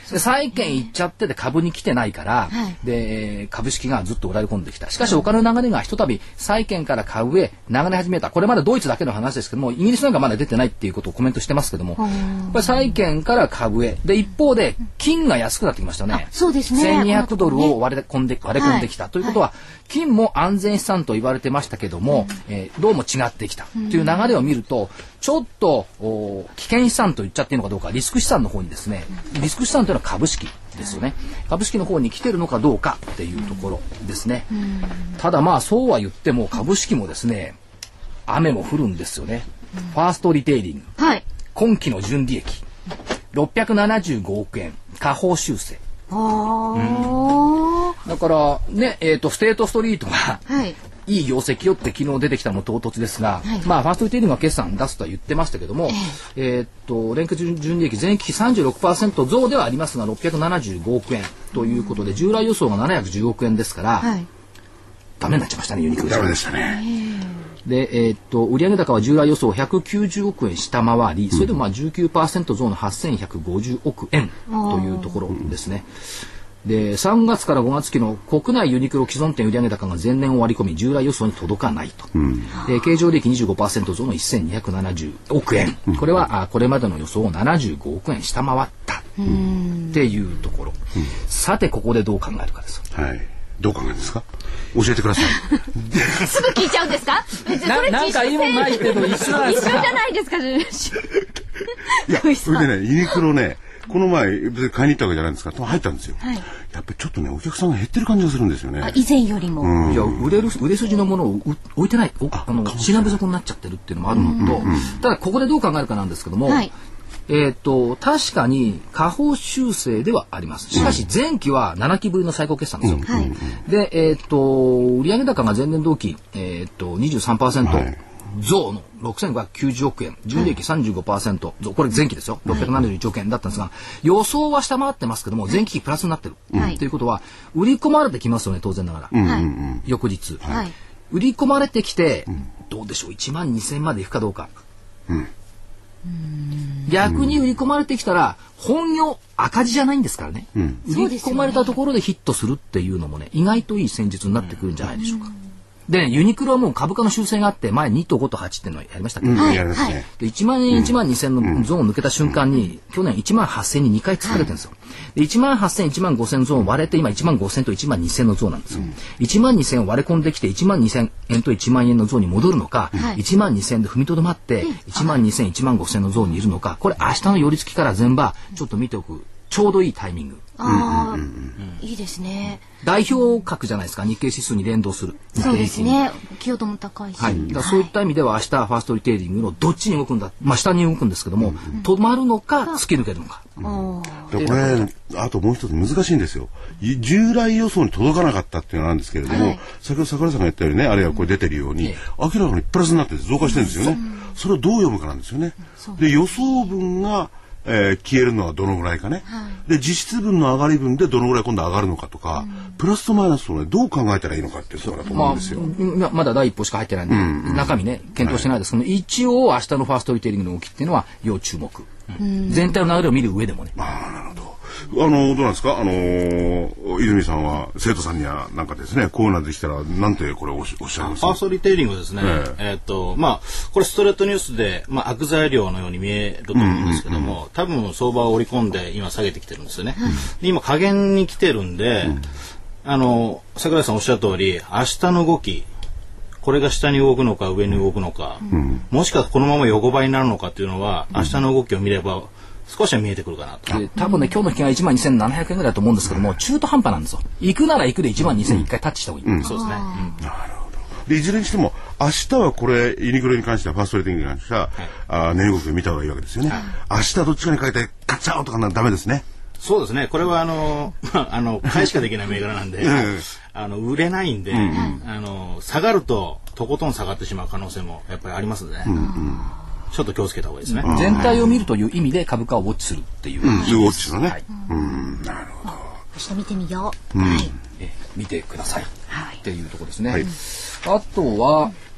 で債券いっちゃってて株に来てないから、はい、で株式がずっと売られ込んできた。しかしお金の流れがひとたび債券から株へ流れ始めた。これまでドイツだけの話ですけども、イギリスなんかまだ出てないっていうことをコメントしてますけども、これ債券から株へで、一方で金が安くなってきましたね。 そうですね。 せんにひゃくドルを割れ込んで割れ込んできた、はい、ということは、金も安全資産と言われてましたけども、うん、えー、どうも違ってきたという流れを見ると、ちょっと危険資産と言っちゃっていいのかどうか、リスク資産の方にですね、リスク資産というのは株式ですよね。株式の方に来てるのかどうかっていうところですね。ただまあそうは言っても株式もですね、雨も降るんですよね。ファーストリテイリング、はい、今期の純利益ろっぴゃくななじゅうごおくえん、下方修正。あ、うん、だからね、えーと、ステートストリートが、はい、いい業績よって昨日出てきたの唐突ですが、はい、まあファーストリテイリングは決算出すとは言ってましたけども、えー、えーと連結純利益前期比 さんじゅうろくパーセント 増ではありますがろっぴゃくななじゅうごおくえんということで、従来予想がななひゃくじゅうおくえんですから、はい、ダメになっちゃいましたね、ユニクロ。 ダメでしたね。 で、えー、っと売上高は従来予想ひゃくきゅうじゅうおくえん下回り、それでもまあ じゅうきゅうパーセント 増のはっせんひゃくごじゅうおくえんというところですね。で、さんがつからごがつ期の国内ユニクロ既存店売上高が前年を割り込み従来予想に届かないと、うん、で経常利益 にじゅうごパーセント 増のせんにひゃくななじゅうおくえん、うん、これはあこれまでの予想をななじゅうごおくえん下回ったっていうところ、うん、さてここでどう考えるかです。 はい、どう考えるんですか、教えてください。 すぐ聞いちゃうんですか。 な, なんかいいもんないけど一緒なんですか。 一緒じゃないですか。 いや、それでね、ユニクロね、この前別に買いに行ったわけじゃないんですか、入ったんですよ、はい、やっぱりちょっとねお客さんが減ってる感じがするんですよね。 あ、以前よりも、 うん、いや売れる売れ筋のものを置いてない、ああの品不足になっちゃってるっていうのもあるのと、うんうん、ただここでどう考えるかなんですけども、はい、えー、と確かに下方修正ではあります。しかし前期はななきぶりの最高決算ですよ、うんはい、で、えー、と売上高が前年同期、えー、と にじゅうさんパーセント、はい、増のろくせんごひゃくきゅうじゅうおくえん、純利益 さんじゅうごパーセント 増、これ前期ですよ、ろっぴゃくななじゅういちおくえんだったんですが、予想は下回ってますけども前期比プラスになってる、はい、ということは売り込まれてきますよね、当然ながら、はい、翌日、はい、売り込まれてきて、うん、どうでしょう、いちまんにせんまでいくかどうか、うん、逆に売り込まれてきたら本業赤字じゃないんですからね、うん、売り込まれたところでヒットするっていうのもね、意外といい戦術になってくるんじゃないでしょうか。で、ユニクロはもう株価の修正があって前にとごとはちっていうのをやりましたっけど、うん、はい、でいちまんえんいちまんにせんのゾーンを抜けた瞬間に、うん、去年いちまんはっせんににかい突かれてるんですよ。でいちまんはっせん、いちまんごせんゾーン割れて今いちまんごせんといちまんにせんのゾーンなんですよ、うん、いちまんにせんを割れ込んできていちまんにせんえんといちまんえんのゾーンに戻るのか、はい、いちまんにせんで踏みとどまっていちまんにせん、いちまんごせんのゾーンにいるのか、これ明日の寄り付きから前場ちょっと見ておくちょうどいいタイミング。 ああ、うんうんうん、いいですね。 代表格じゃないですか、日経指数に連動する。 そうですね。寄与度も高いし。 はい。だからそういった意味では明日ファーストリテイリングのどっちに動くんだ、まあ下に動くんですけども、うんうん、止まるのか突き抜けるのか。うん、 これあともう一つ難しいんですよ。従来予想に届かなかったっていうのなんですけれども、はい、先ほど桜井さんが言ったようにね、あるいはこれ出てるように、うん、明らかにプラスになって増加してるんですよね。うん、それをどう読むかなんですよね。うん、で予想分がえー、消えるのはどのぐらいかね、はい、で実質分の上がり分でどのぐらい今度上がるのかとか、うん、プラスとマイナスをねどう考えたらいいのかっていうところだと思うんですよ。 まあ、まだ第一歩しか入ってないんで、うんうん、中身ね検討してないですけど、はい、一応明日のファーストリテイリングの動きっていうのは要注目、うん、全体の流れを見る上でもね。 ああ、なるほど。あのどうなんですか、あのー、泉さんは生徒さんにはなんかですね、こういうのできたらなんてこれおっしゃいますか。 ファーストリテイリングですね、えーえー、っとまあこれストレートニュースで、まあ、悪材料のように見えると思うんですけども、うんうんうん、多分相場を織り込んで今下げてきてるんですよね、うん、で今下限に来てるんで、うん、あの櫻井さんおっしゃる通り明日の動き、これが下に動くのか上に動くのか、うん、もしくはこのまま横ばいになるのかっていうのは、うん、明日の動きを見れば少しは見えてくるかなと。 多分ね、今日の引きがいちまんにせんななひゃくえんぐらいだと思うんですけども、中途半端なんですよ。行くなら行くでいちまんにせんいっかいタッチした方がいい、うんうん、そうですね、うん、なるほど。でいずれにしても明日はこれユニクロに関してはファーストレーティングに関しては、はい、あ値動きを見た方がいいわけですよね、はい、明日どっちかに変えて買っちゃおうとかなダメですね。 そうですね。これはあのあの買いしかできない銘柄なんで、あの売れないんで、うんうん、あの下がるととことん下がってしまう可能性もやっぱりありますね、うんうん、ちょっと気をつけた方がいいですね。 全体を見るという意味で株価をウォッチするっていう、うん、ウォッチのね、はい、うん、なるほど。 明日見てみよう、 うん、 はい、 え見てください、はい、っていうところですね、はい、あとは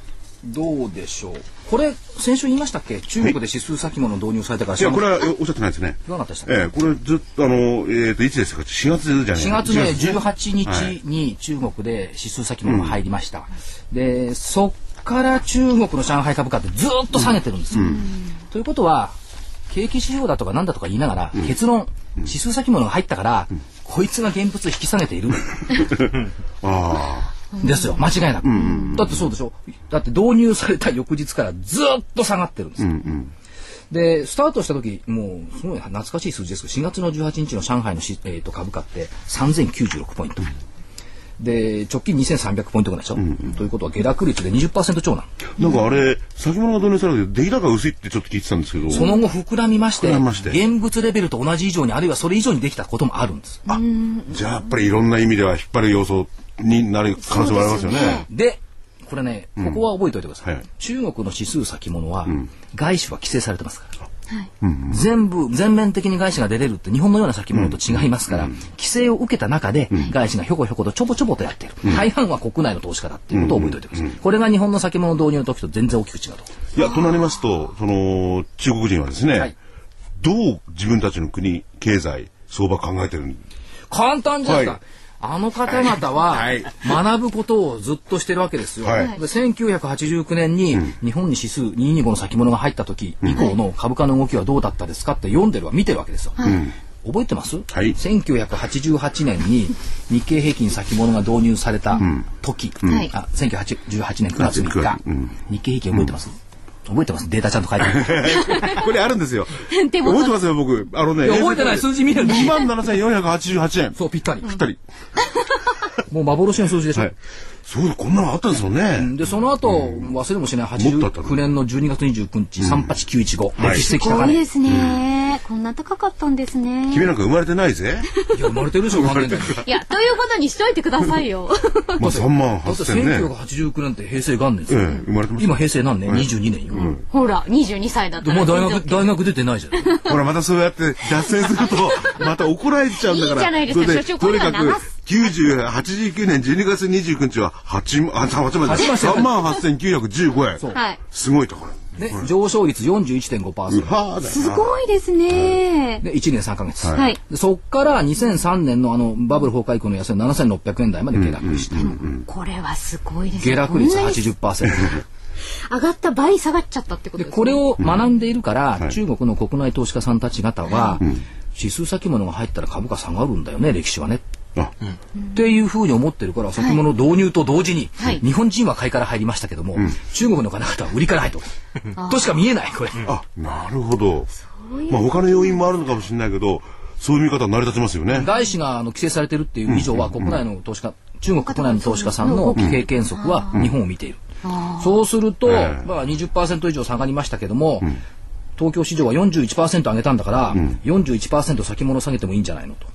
どうでしょう。これ先週言いましたっけ、中国で指数先物導入されたから。 いやこれはおっしゃってないですね。 どうなったでしたっけ。 ええ、これずっとあのえっといつですか、しがつじゃない。 しがつねじゅうはちにちに中国で指数先物が入りました。うん、でそっから中国の上海株価ってずっと下げてるんですよ。うん、ということは景気指標だとかなんだとか言いながら、うん、結論、指数先物が入ったから、うん、こいつが現物引き下げている。ああ。ですよ、間違いなく、うんうん、だってそうでしょ。だって導入された翌日からずっと下がってるんですよ、うんうん、でスタートした時もうすごい懐かしい数字ですけど、しがつのじゅうはちにちの上海のし、えー、と株価ってさんぜんきゅうじゅうろくポイント、うん、で直近にせんさんびゃくポイントぐらいでしょ、うんうん、ということは下落率で にじゅっパーセント 超なんなんかあれ先物が導入されて出来高薄いってちょっと聞いてたんですけど、 その後膨らみまして現物レベルと同じ以上にあるいはそれ以上にできたこともあるんです。 あ、じゃあやっぱりいろんな意味では引っ張る要素になる可能性もありますよね。 でこれね、ここは覚えておいてください、うんはい、中国の指数先物は、うん、外資は規制されてますから、はい、全部全面的に外資が出れるって日本のような先物と違いますから、うん、規制を受けた中で、うん、外資がひょこひょことちょぼちょぼとやっている、うん、大半は国内の投資家だっていうことを覚えておいてください、うん、これが日本の先物導入の時と全然大きく違うと。 いやとなりますとその中国人はですね、はい、どう自分たちの国経済相場考えてるん簡単じゃないですか、はい、あの方々は学ぶことをずっとしてるわけですよ、はい、でせんきゅうひゃくはちじゅうきゅうねんに日本に指数にひゃくにじゅうごの先物が入った時以降の株価の動きはどうだったですかって読んでるわ見てるわけですよ、はい、覚えてます、はい、せんきゅうひゃくはちじゅうはちねんに日経平均先物が導入された時、うん、あせんきゅうひゃくはちじゅうはちねんくがつみっか、うん、日経平均覚えてます、うん覚えてます。データちゃんと書いてある。これあるんですよ。覚えてますよ僕。あのね。 覚えてない数字見るの。 にまんななせんよんひゃくはちじゅうはちえん。 そうぴったり。 ぴったり。 もう幻の数字でしょ。はい、 そうだこんなのあったんですよね。 でその後、うん、忘れもしないはちじゅうきゅうねんのじゅうにがつにじゅうくにち、うん、さんはちきゅういちご、歴史的高値。 すごいですね、うん。こんな高かったんですね。 君なんか生まれてないぜ。 いや生まれてるでしょ。 いやということにしといてくださいよ。 まあさんまんはっせんね。 せんきゅうひゃくはちじゅうきゅうねんって平成元年ですよ。ええ、生まれてます。今平成何年？はい、にじゅうにねんよ。うん、 ほらにじゅうにさいだったら。 もう大学大学出てないじゃん。 ほらまたそうやって脱線するとまた怒られちゃうんだから。いいじゃないですか。所長これは流す。きゅうじゅうはちじゅうきゅうねんじゅうにがつにじゅうくにちは8万、あ、さんまんはっせんきゅうひゃくじゅうごえん。すごいところ。 ね、上昇率 よんじゅういってんごパーセント。 すごいですね。 で、いちねんさんかげつ。はい、でそっからにせんさんねんのあのバブル崩壊以降の安いななせんろっぴゃくえん台まで下落した。うんうんうん、 これはすごいですね。 下落率 はちじゅっパーセント。 上がった倍下がっちゃったってことですね。 でこれを学んでいるから、うん、中国の国内投資家さんたち方は、うん、指数先物が入ったら株価下がるんだよね、歴史はね。あうん、っていうふうに思ってるから先物導入と同時に、はい、日本人は買いから入りましたけども、うん、中国の方々は売りから入るととしか見えないこれ。 あ、なるほど。まあ他の要因もあるのかもしれないけどそういう見方成り立ちますよね。 外資があの規制されてるっていう以上は、うん、国内の投資家、中国国内の投資家さんの経験則は日本を見ている、うん、そうすると、えーまあ、にじゅっパーセント以上下がりましたけども、うん、東京市場は よんじゅういちパーセント 上げたんだから、うん、よんじゅういちパーセント 先物下げてもいいんじゃないのと。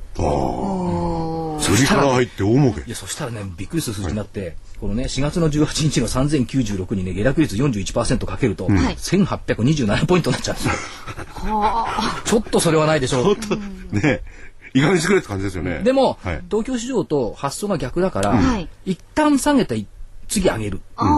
ああ、それから入って大儲け。 いやそしたらねびっくりする数字になって、はい、このねしがつのじゅうはちにちのさんぜんきゅうじゅうろくにね下落率 よんじゅういちパーセント かけると、うん、せんはっぴゃくにじゅうななポイントになっちゃうんですよ。ちょっとそれはないでしょう。 ちょっとねいかにしてくれって感じですよね。 でも、はい、東京市場と発想が逆だから、うん、一旦下げて次上げる、うん、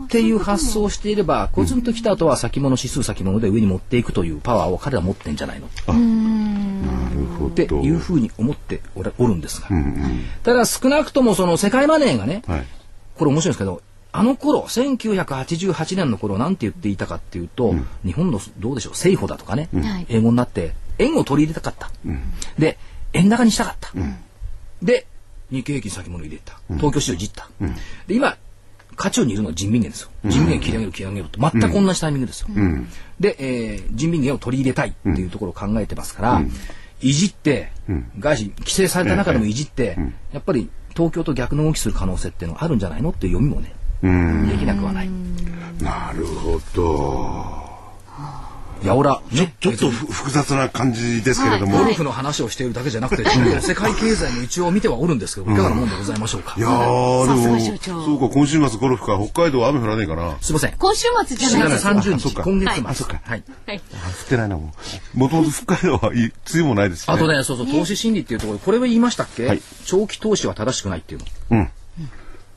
っていう発想をしていればコツンときた後は先物指数先物で上に持っていくというパワーを彼ら持ってんじゃないの。 あ、なるほどっていうふうに思っておるんですが、うんうん、ただ少なくともその世界マネーがね、はい、これ面白いんですけどあの頃せんきゅうひゃくはちじゅうはちねんの頃なんて言っていたかっていうと、うん、日本のどうでしょう政府だとかね、うん、英語になって円を取り入れたかった、うん、で円高にしたかった、うん、で日経平均先物入れた、うん、東京市場いじった、うん、で今渦中にいるのは人民元ですよ。人民元切り上げる切り上げると全く同じタイミングですよ、うん、で、えー、人民元を取り入れたいっていうところを考えてますから、うん、いじって、うん、外資規制された中でもいじって、うん、やっぱり東京と逆の動きする可能性っていうのがあるんじゃないのっていう読みもね、うん、できなくはない。 なるほど。 いや、俺は、ね、 ちょっと複雑な感じですけれども、 ゴルフの話をしているだけじゃなくて、世界経済の一応見てはおるんですけど、いかがなもんでございましょうか。 いやー、でもそうか、今週末ゴルフか、北海道は雨降らねえかな。 すいません、 今週末じゃないですか。 さんじゅうにち、今月末。 あ、そっか、はい。降ってないなもう。もともと北海道は梅雨もないですしね。 あとね、そうそう、投資心理っていうところ、これは言いましたっけ？長期投資は正しくないっていうの。うん。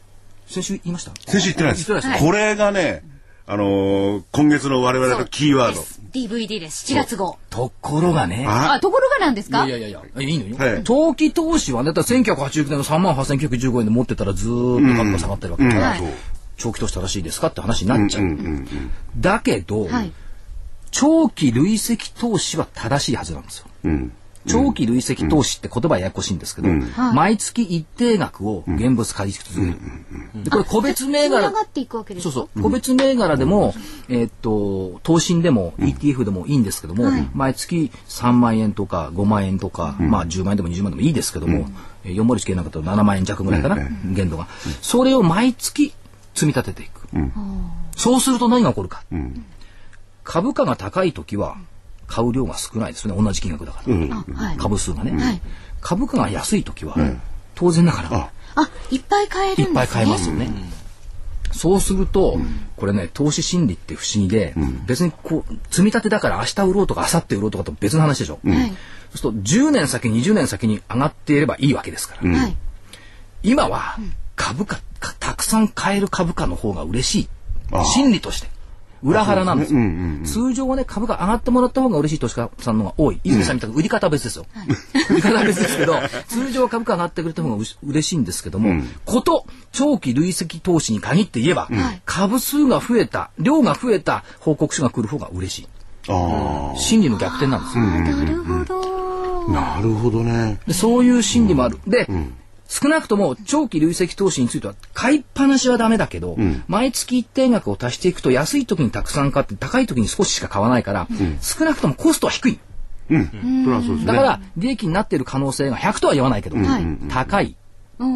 先週言いました？ 先週言ってないです。はい、これがね、あのー、今月の我々のキーワード。 ディーブイディー です。しちがつ号。 ところがね。 あ、ところがなんですか？ いやいやいや、いいのよ。はい、長期投資はね、だせんきゅうひゃくはちじゅうきゅうねんのさんまんはっせんきゅうひゃくじゅうごえんで持ってたらずーっと株が下がってるわけだから、うんうん、長期投資正しいですかって話になっちゃう。うんうんうんうん、だけど、はい、長期累積投資は正しいはずなんですよ。うん長期累積投資って言葉ややこしいんですけど、うん、毎月一定額を現物買い続ける、うん、でこれ個別銘柄そうそう個別銘柄でも、うん、えー、っと投信でも イーティーエフ でもいいんですけども、うん、毎月さんまんえんとかごまんえんとか、うん、まあじゅうまんえんでもにじゅうまんでもいいですけども、うん、よんまるいち系なんかだとななまんえん弱ぐらいかな、うん、限度が、うん、それを毎月積み立てていく、うん、そうすると何が起こるか、うん、株価が高い時は買う量が少ないですよね同じ金額だから、うん、株数がね、うん、株価が安い時は、うん、当然ながらああいっぱい買えるんですねいっぱい買えますよね、 うん、そうすると、うん、これね投資心理って不思議で、うん、別にこう積み立てだから明日売ろうとか明後日売ろうとかと別の話でしょ、うん、そうするとじゅうねん先にじゅうねん先に上がっていればいいわけですから、うん、今は株価たくさん買える株価の方が嬉しい心理として裏腹なんですよ、ねうんうんうん、通常はね株が上がってもらった方が嬉しい投資家さんの方が多い泉さんみたいな売り方は別ですよ、はい、売り方は別ですけど通常は株価上がってくれた方が嬉しいんですけども、うん、こと長期累積投資に限って言えば、うん、株数が増えた量が増えた報告書が来る方が嬉しいあ心理の逆転なんですよ、 うんうんうん、なるほどなるほどねでそういう心理もある、うん、で、うん少なくとも長期累積投資については買いっぱなしはダメだけど、うん、毎月一定額を足していくと安い時にたくさん買って高い時に少ししか買わないから、うん、少なくともコストは低い、うん、それはそうですね、だから利益になっている可能性がひゃくとは言わないけど、うん、高い、うん、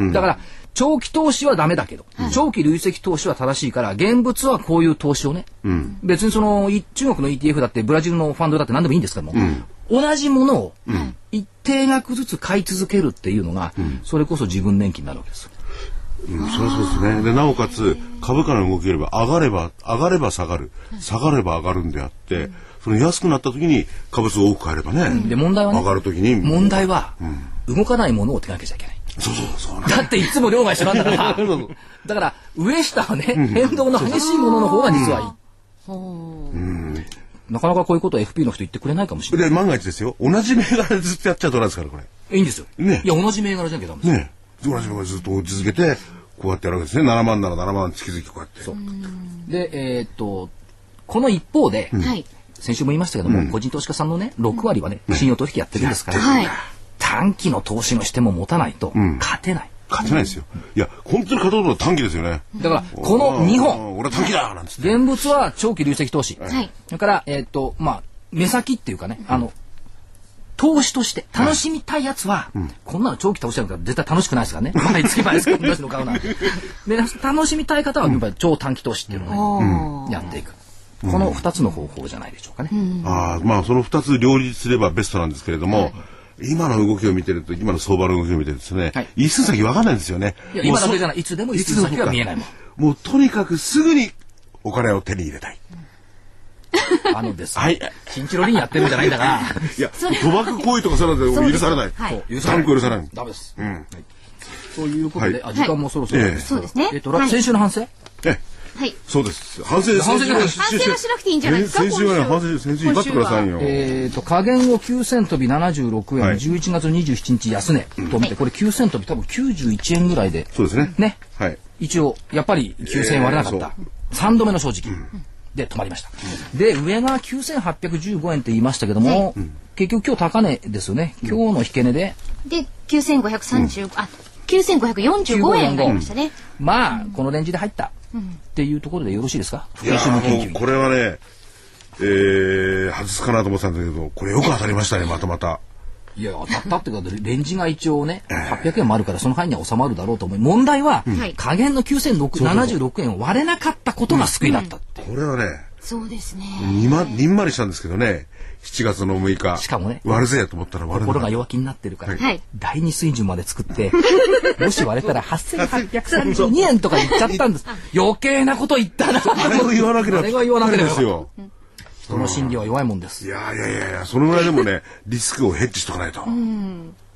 だから長期投資はダメだけど、うん、長期累積投資は正しいから現物はこういう投資をね、うん、別にその中国の イーティーエフ だってブラジルのファンドだって何でもいいんですけども、うん同じものを一定額ずつ買い続けるっていうのが、うん、それこそ自分年金になるわけですよ。 うん、それはそうですね。でなおかつ株価の動きよりは上がれば上がれば下がる、下がれば上がるんであって、うん、その安くなった時に株数を多く買えればね。うん、 で問題はね。 上がる時に問題は、うん、動かないものを手がけちゃいけない。 そうそうそう。 だっていつも量が一緒なんだから。だから上下はね、変動の激しいものの方が実はいい。うんうんなかなかこういうことは エフピー の人言ってくれないかもしれない。 で万が一ですよ。同じ銘柄でずっとやっちゃうとなんですからこれ。 いいんですよ。ね。いや同じ銘柄じゃなきゃダメですよ。ね。同じ銘柄ずっと続けてこうやってやるわけですね。ななまんならななまん月々こうやって。そう。 でえー、っとこの一方で、うん、先週も言いましたけども、うん、個人投資家さんのねろくわりはね、うん、信用取引やってるんですから、はい、短期の投資のしても持たないと勝てない。 勝てないですよ。いや本当に勝とうとは短期ですよね。 だからこのにほん俺は短期だなんつって。 現物は長期累積投資。はい、それからえー、っとまあ目先っていうかね、うん、あの投資として楽しみたいやつは、うん、こんなの長期投資なんか絶対楽しくないですからね。毎月毎月同じの買うなんて。で楽しみたい方はやっぱり超短期投資っていうのをね、うん、やっていく。このふたつの方法じゃないでしょうかね。うん、 あまあそのふたつ両立すればベストなんですけれども。はい今の動きを見てると今の相場の動きを見てるとですね、はい、一寸先分かんないんですよね。 いや今だけじゃないいつでも一寸先は見えないもん。 もうとにかくすぐにお金を手に入れたい。 あのですね、はい、チンチロリンやってるんじゃないんだから。 いや賭博行為とかそういうの許されない。はい、許されない。許されない。 ダメです。うん。はい、ということで、はい、あ時間もそろそろです。そうですね。えっと、はい、先週の反省。えはい、そうです。反省反省じゃない反省はしなくていいんじゃないですか。 先週は反省先週言ってくださいよ。 えっと下限をきゅうせん飛びななじゅうろくえん、はい、じゅういちがつにじゅうしちにち安値と見て、これきゅうせん飛び多分きゅうじゅういちえんぐらいで。 そうですね。 ね。はい。一応やっぱりきゅうせんえん割れなかった。さんどめの正直で止まりました。で上がきゅうせんはっぴゃくじゅうごえんって言いましたけども、結局今日高値ですよね。今日の引け値で。 できゅうせんごひゃくさんじゅうあきゅうせんごひゃくよんじゅうごえんになりましたね。 まあこのレンジで入った。っていうところでよろしいですか。 いやもうこれはね、えー、外すかなと思ってたんだけどこれよく当たりましたねまたまた。 いや当たったってことでレンジが一応ねはっぴゃくえんもあるからその範囲には収まるだろうと思い問題は、うん、下限のきゅうせんななじゅうろくえんを割れなかったことが救いだったって、 うんうん、これはねそうですねにまにんまりしたんですけどねしちがつのむいかしかもね割るぜと思ったら割れなかった。 心が弱気になってるから、はい、だいに水準まで作ってもし割れたらはっせんはっぴゃくさんじゅうにえんとか言っちゃったんです余計なこと言ったなあれを言わなければあれを言わなければですよ。人の心理は弱いもんです。 いやいやいやいやそのぐらいでもねリスクをヘッジしとかないと。うん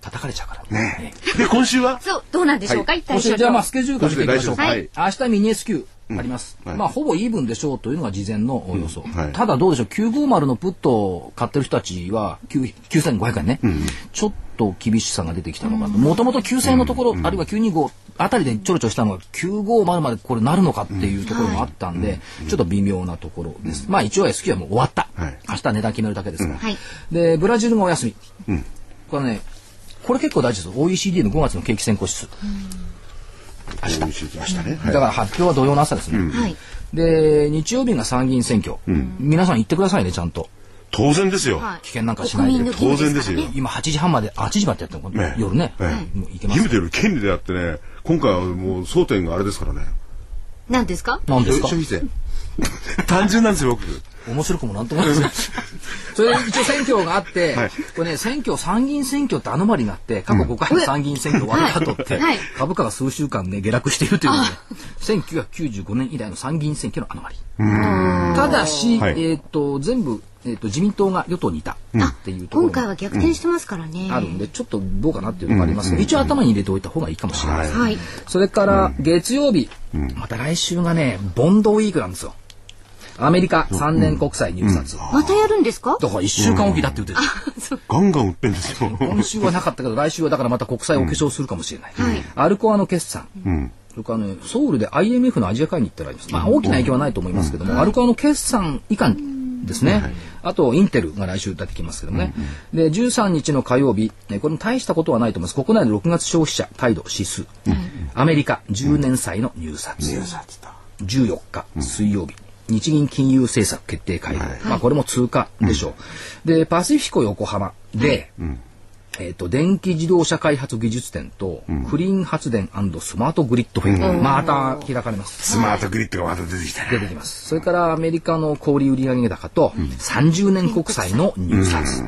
叩かれちゃうからね。で今週はそうどうなんでしょうか、一体今週じゃあまあスケジュールから見ていきましょうか、 はい、 明日ミニ エスキューあります、うんはい、まあほぼイーブンでしょうというのが事前の予想、うんはい、ただどうでしょうきゅうごじゅうのプットを買ってる人たちはきゅうせんごひゃくえんね、うん、ちょっと厳しさが出てきたのかなと、もともときゅうせんえんのところ、うん、あるいはきゅうひゃくにじゅうごあたりでちょろちょろしたのがきゅうごじゅうまでこれなるのかっていうところもあったんで、うん、ちょっと微妙なところです、うん、まあ一応 エスキュー はもう終わった、はい、明日は値段決めるだけですから、うん、でブラジルもお休み、うん、これねこれ結構大事です。 オーイーシーディー のごがつの景気先行指数、明日、明日ね、だから発表は土曜の朝ですね、うん、で日曜日が参議院選挙、うん、皆さん言ってくださいねちゃんと。 当然ですよ、 はい、 危険なんかしないで当然ですよ。 今はちじはんまではちじまでやってるの、ね、夜ね、ね、 もういけます、義務である権利であってね、今回はもう争点があれですからね。 何ですか何ですか消費税単純なんですよ僕。 面白くもなんともないですよそれで一応選挙があって、はい、これね選挙参議院選挙ってアノマリがあって過去ごかいの参議院選挙終わった後って、はい、株価が数週間ね下落しているというので、ね、せんきゅうひゃくきゅうじゅうごねん以来の参議院選挙のアノマリ。ただし、はい、えー、と全部、えー、と自民党が与党にいたっていうところ、 今回は逆転してますからね、 うん、あるんでちょっとどうかなっていうのがありますけど、うん、一応頭に入れておいた方がいいかもしれないです、はい、それから月曜日、うん、また来週がねボンドウィークなんですよ。アメリカさんねん国債入札、 うんうん、またやるんですか。 だからいっしゅうかんおきだって言ってる、 うん、ガンガン売ってんですよ今週はなかったけど来週はだからまた国債をお化粧するかもしれない、うんはい、アルコアの決算、うん、それからねソウルで アイエムエフ のアジア会議に行ってられます、まあ、大きな影響はないと思いますけども、うん、アルコアの決算以下ですね、うん、あとインテルが来週出てきますけどね、うん、でじゅうさんにちの火曜日これも大したことはないと思います。国内のろくがつ消費者態度指数、うん、アメリカじゅうねん債の入札、うん、じゅうよっか水曜日、うん、日銀金融政策決定会合、はい、まあ、これも通過でしょう、うん、でパシフィコ横浜で、うん、えー、と電気自動車開発技術展と、うん、クリーン発電&スマートグリッドフェア、うん、また開かれます。 スマートグリッドがまた出てきたね。 出てきます。それからアメリカの小売売上高と、うん、さんじゅうねん国債の入札、うん、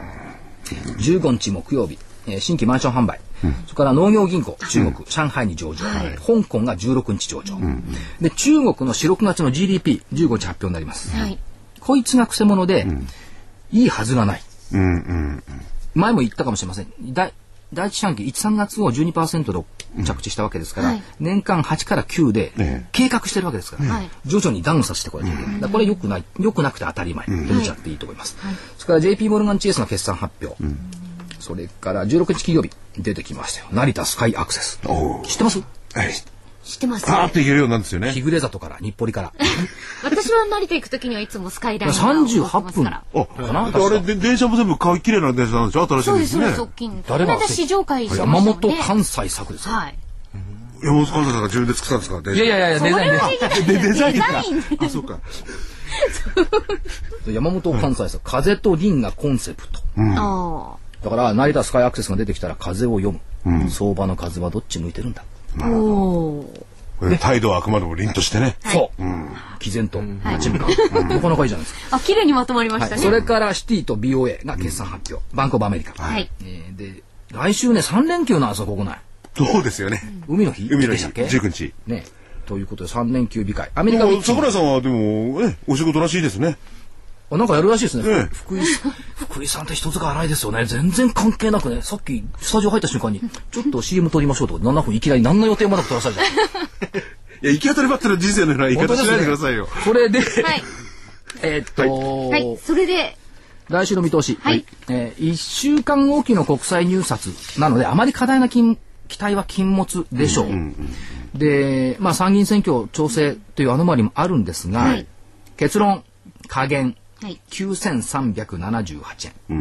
じゅうごにち木曜日、えー、新規マンション販売、うん、それから農業銀行中国、うん、上海に上場、はい、香港がじゅうろくにち上場、うん、で中国のしろくがつの ジーディーピーじゅうごにち発表になります、はい、こいつがくせ者で、うん、いいはずがない、うんうんうん、前も言ったかもしれません。第第一四半期いち、さんがつを じゅうにパーセント で着地したわけですから、うん、はい、年間はちからきゅうで計画してるわけですから、はい、徐々にダウンさせてこれ、うん、だこれ良くない良くなくて当たり前と見ちゃっていいと思います、はい、それから ジェイピー モルガンチェイスの決算発表、うん、それからじゅうろくにち金曜日出てきましたよ、成田スカイアクセス。知ってます？ はい、 知ってます、 ね、パーって言えるようなんですよね。 日暮里から日暮里から私は成田行くときにはいつもスカイライナーさんじゅうはっぷんかな。あれで電車も全部綺麗な電車なんでしょ。新しいんですね。 そうです、そうです。 誰が試乗会しましたもんね。山本関西作ですよ。はい。 山本関西さんが自分で作ったんですか。 いやいやいや、デザインで。デザインか。あ、そうか。 山本関西さん、風と輪がコンセプト。うん、だから成田スカイアクセスが出てきたら風を読む。うん、相場の風はどっち向いてるんだ。 おお。 態度はあくまでも凛としてね。 そう。毅然と立ち向かう。なかなかいいじゃないですか。 あ、綺麗にまとまりましたね。 それからシティと ビーオーエー が決算発表。バンクオブアメリカ。はい。で、来週ね、さんれんきゅうなんですよ、国内。 そうですよね。 海の日。 海の日。じゅうくにち。 ね。ということでさんれんきゅう控え。アメリカの。 桜井さんはでも、ね、お仕事らしいですね。 なんかやるらしいですね。福井、福井さんって人塚荒いですよね。全然関係なくね、さっきスタジオ入った瞬間に、ちょっと シーエム 撮りましょうとか、ななふんいきなり何の予定もなく撮らされちゃう。 いや、行き当たりばったりの人生のような言い方しないでくださいよ。 それで、はい、えっと、 はい、それで、 来週の見通し。はい。えー、いっしゅうかんおきの国際入札なので、あまり過大な金期待は禁物でしょう。うんうんうん、で、まあ参議院選挙調整というアノマリもあるんですが、はい、結論、下限。はい、きゅうせんさんびゃくななじゅうはちえん、うん、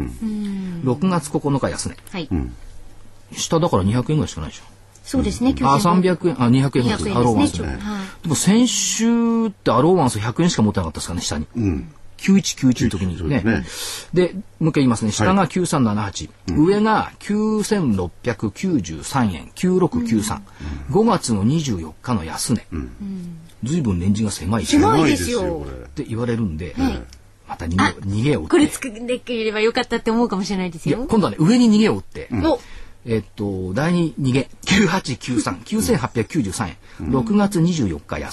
ろくがつここのか安値、はい、下だからにひゃくえんぐらいしかないでしょ。 そうですね。 あ、さんびゃくえん、あ、にひゃくえんぐらいです。アローワンス、ね、はい、でも先週ってアローワンスひゃくえんしか持ってなかったですかね、下に、うん、きゅういちきゅういちの時にね。ねでもう一回言いますね。下がきゅうさんななはち、はい、上がきゅうせんろっぴゃくきゅうじゅうさんえんきゅうろくきゅうさん、うん、ごがつのにじゅうよっかの安値、うん、ずいぶんレンジが狭い狭いですよって言われるんで、はい、また逃げ逃げを打ってこれ作ってくれればよかったって思うかもしれないですよ。 今度はね上に逃げを打って、うん、えっとだいに逃げきゅうはちきゅうさん きゅうせんはっぴゃくきゅうじゅうさんえん、うん、ろくがつにじゅうよっか安値、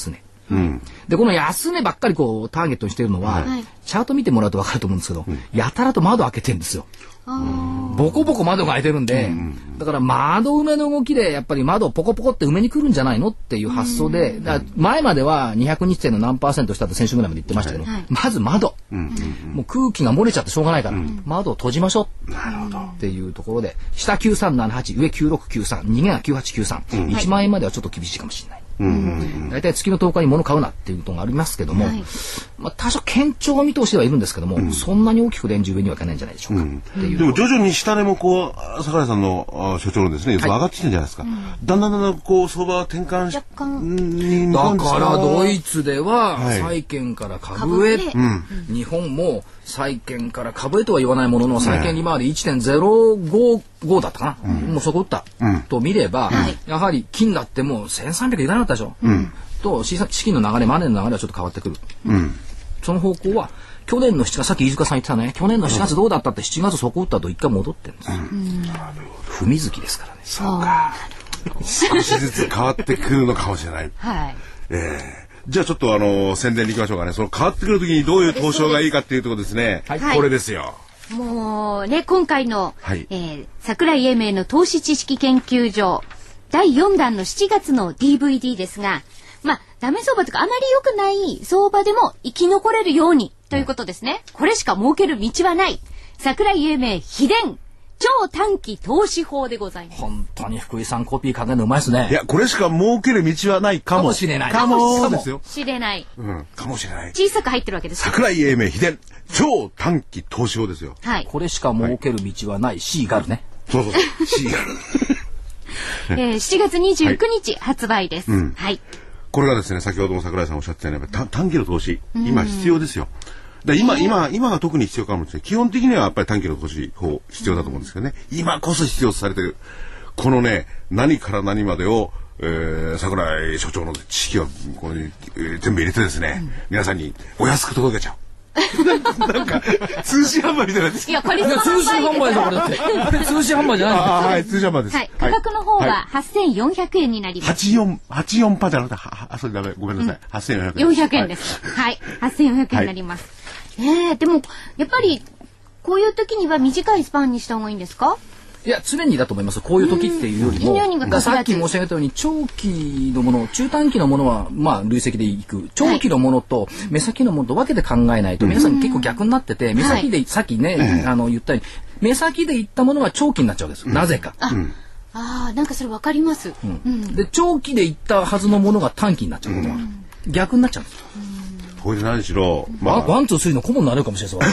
うん、でこの安値ばっかりこうターゲットにしてるのは、はい、チャート見てもらうと分かると思うんですけど、うん、やたらと窓開けてるんですよ。ボコボコ窓が開いてるんで、うん、だから窓埋めの動きでやっぱり窓をポコポコって埋めに来るんじゃないのっていう発想で、うん、だから前まではにひゃくにち線の何パーセントしたって先週ぐらいまで言ってましたけど、はい、まず窓、うん、もう空気が漏れちゃってしょうがないから、うん、窓を閉じましょうっていうところで、下きゅうさんななはち、上きゅうろくきゅうさん、逃げがきゅうはちきゅうさん、うん、いちまん円まではちょっと厳しいかもしれない。だいたい月のとおかに物買うなっていうことがありますけども、はい、まあ、多少堅調見通しではいるんですけども、うん、そんなに大きくレンジ上にはいかないんじゃないでしょうか、うん、っていう。 でも徐々に下値もこう櫻井さんの所長のですね、予想上がってきてるんじゃないですか、はい、だんだんだんだんこう相場転換し若干にだからドイツでは債券から株へ、はい、日本も債券から株へとは言わないものの、債券利回り いってんゼロごご だったかな、うん、もうそこ打った、うん、と見れば、うん、やはり金だってもうせんさんびゃくいかなかったでしょ、うん、と資金の流れ、マネーの流れはちょっと変わってくる、うん、その方向は去年のしちがつ、さっき飯塚さん言ってたね、去年のしちがつどうだったってしちがつそこ打ったと一回戻ってるんですよ、うん、踏み月ですからね。 そうか少しずつ変わってくるのかもしれない、はい、えーじゃあちょっとあの宣伝に行きましょうかね。その変わってくるときにどういう東証がいいかっていうところですね。はい、これですよ。 もうね、今回の、はい、えー、櫻井英明の投資知識研究所だいよんだんのしちがつの ディーブイディー ですが、まあダメ相場とかあまり良くない相場でも生き残れるようにということですね。これしか儲ける道はない。櫻井英明秘伝超短期投資法でございます。 本当に福井さんコピー考えるのうまいですね。 いや、これしか儲ける道はないかも。 かもしれない。 かもですよ。 しれない。 うん、かもしれない。 小さく入ってるわけです。 櫻井英明秘伝超短期投資法ですよ。 はい。これしか儲ける道はない、はい、シーガルね。 そうそうそう。シーガル。えー、しちがつにじゅうくにち発売です。はい。うん、はい、これがですね、先ほども櫻井さんおっしゃってたように、短期の投資、今必要ですよ。だ今、今、今が特に必要かもしれない。基本的にはやっぱり短期の投資法必要だと思うんですけどね。今こそ必要とされている。このね、何から何までを、えー、櫻井所長の知識をここに、えー、全部入れてですね、うん、皆さんにお安く届けちゃう。なんか通信販売みたいな。 いや、これ通信販売だからだって。通信販売じゃない。 ああ、はい、通信販売です。 はい、価格の方ははっせんよんひゃくえんになります。 はちじゅうよん、はちじゅうよんパーじゃなくて、あ、それダメ、ごめんなさい。はっせんよんひゃくえん。 よんひゃくえんです。はい、はっせんよんひゃくえんになります。ねえ、でもやっぱりこういう時には短いスパンにした方がいいんですか？ いや、常にだと思います。こういう時っていうよりも、さっき申し上げたように長期のもの、中短期のものはまあ累積でいく、長期のものと目先のものと分けて考えないと、皆さん結構逆になってて、目先でさっきね、あの言ったように目先でいったものは長期になっちゃうんです。なぜか。 ああ、なんかそれ分かります。 で、長期でいったはずのものが短期になっちゃうことは逆になっちゃうんですよ。 これで何しろ、 まあ、ワンツースリーの顧問になれるかもしれない。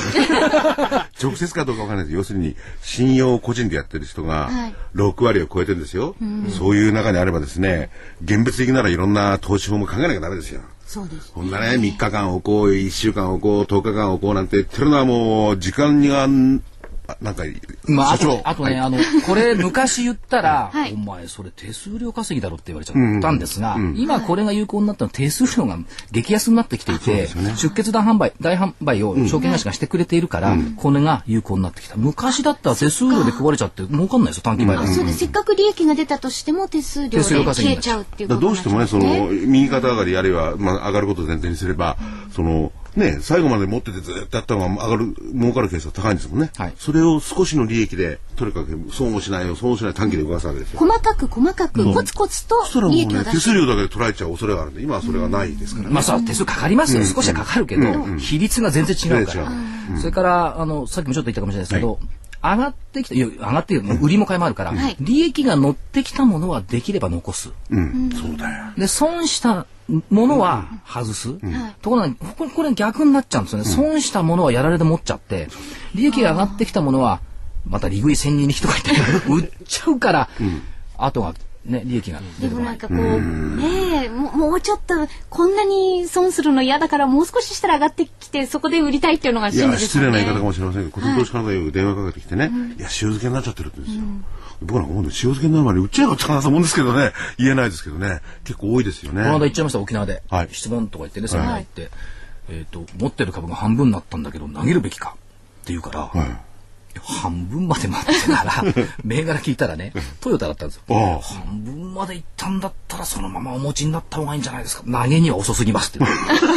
直接かどうかわからないです。要するに信用を個人でやってる人がろくわりを超えてるんですよ、はい、そういう中にあればですね、現物的ならいろんな投資法も考えなきゃダメですよ。 そうですね。 こんなね、みっかかんおこう、いっしゅうかんおこう、とおかかんおこうなんて言ってるのはもう時間にがなんか、 まあ、あと、あとね、はい、あの、これ昔言ったら、はい、お前それ手数料稼ぎだろって言われちゃったんですが、うんうん、今これが有効になったのは手数料が激安になってきていて、ね、出血団販売、大販売を証券会社がしてくれているから、うん、これが有効になってきた。昔だったら手数料で配れちゃって儲かんないですよ、短期売買、 うん、そうです。せっかく利益が出たとしても手数料で消えちゃうっていうことになっちゃう。どうしてもね、その、右肩上がりあるいは、まあ、上がることを前提にすれば、うん、その、ね、最後まで持っててずっとやった方が上がる儲かるケースは高いんですもんね、はい、それを少しの利益でとにかく損をしないよ損をしない短期で動かすわけですよ。 細かく細かくコツコツと利益を出して、 ね、手数料だけで取られちゃう恐れがあるんで今はそれがないですからね、 うん、まあさ手数かかりますよ、うん、少しはかかるけど、うん、比率が全然違うから、うん、それからあのさっきもちょっと言ったかもしれないですけど、はい、上がってきたいや上がってる売りも買いもあるから、うん、利益が乗ってきたものはできれば残す、 うん、そうだよ。 で損したものは外す、うん、ところがこれ、これ逆になっちゃうんですよね、うん、損したものはやられで持っちゃって利益が上がってきたものはまた利食い千人に人がいて売っちゃうから、うん、あとはね利益が出てこない。でもなんかこう、うん、ねえも, もうちょっとこんなに損するの嫌だからもう少ししたら上がってきてそこで売りたいっていうのが真実ですよね。 いや失礼な言い方かもしれませんけど個人投資家の方が電話かけてきてね、はい、いや塩漬けになっちゃってるって言うんですよ、うん僕なんか思うんで塩漬けになるまで売っちゃえばって話だと思うんですけどね言えないですけどね結構多いですよね。 この間言っちゃいました沖縄で、はい、質問とか言ってねセミナー行って、はいえー、と持ってる株が半分になったんだけど投げるべきかって言うから、はい、 半分まで待ってから銘柄聞いたらねトヨタだったんですよ。半分まで行ったんだったらそのままお持ちになった方がいいんじゃないですか。投げには遅すぎますって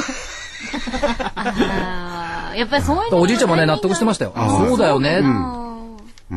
あやっぱりそういうのおじいちゃんもね納得してましたよ。そうだよね、うんうん、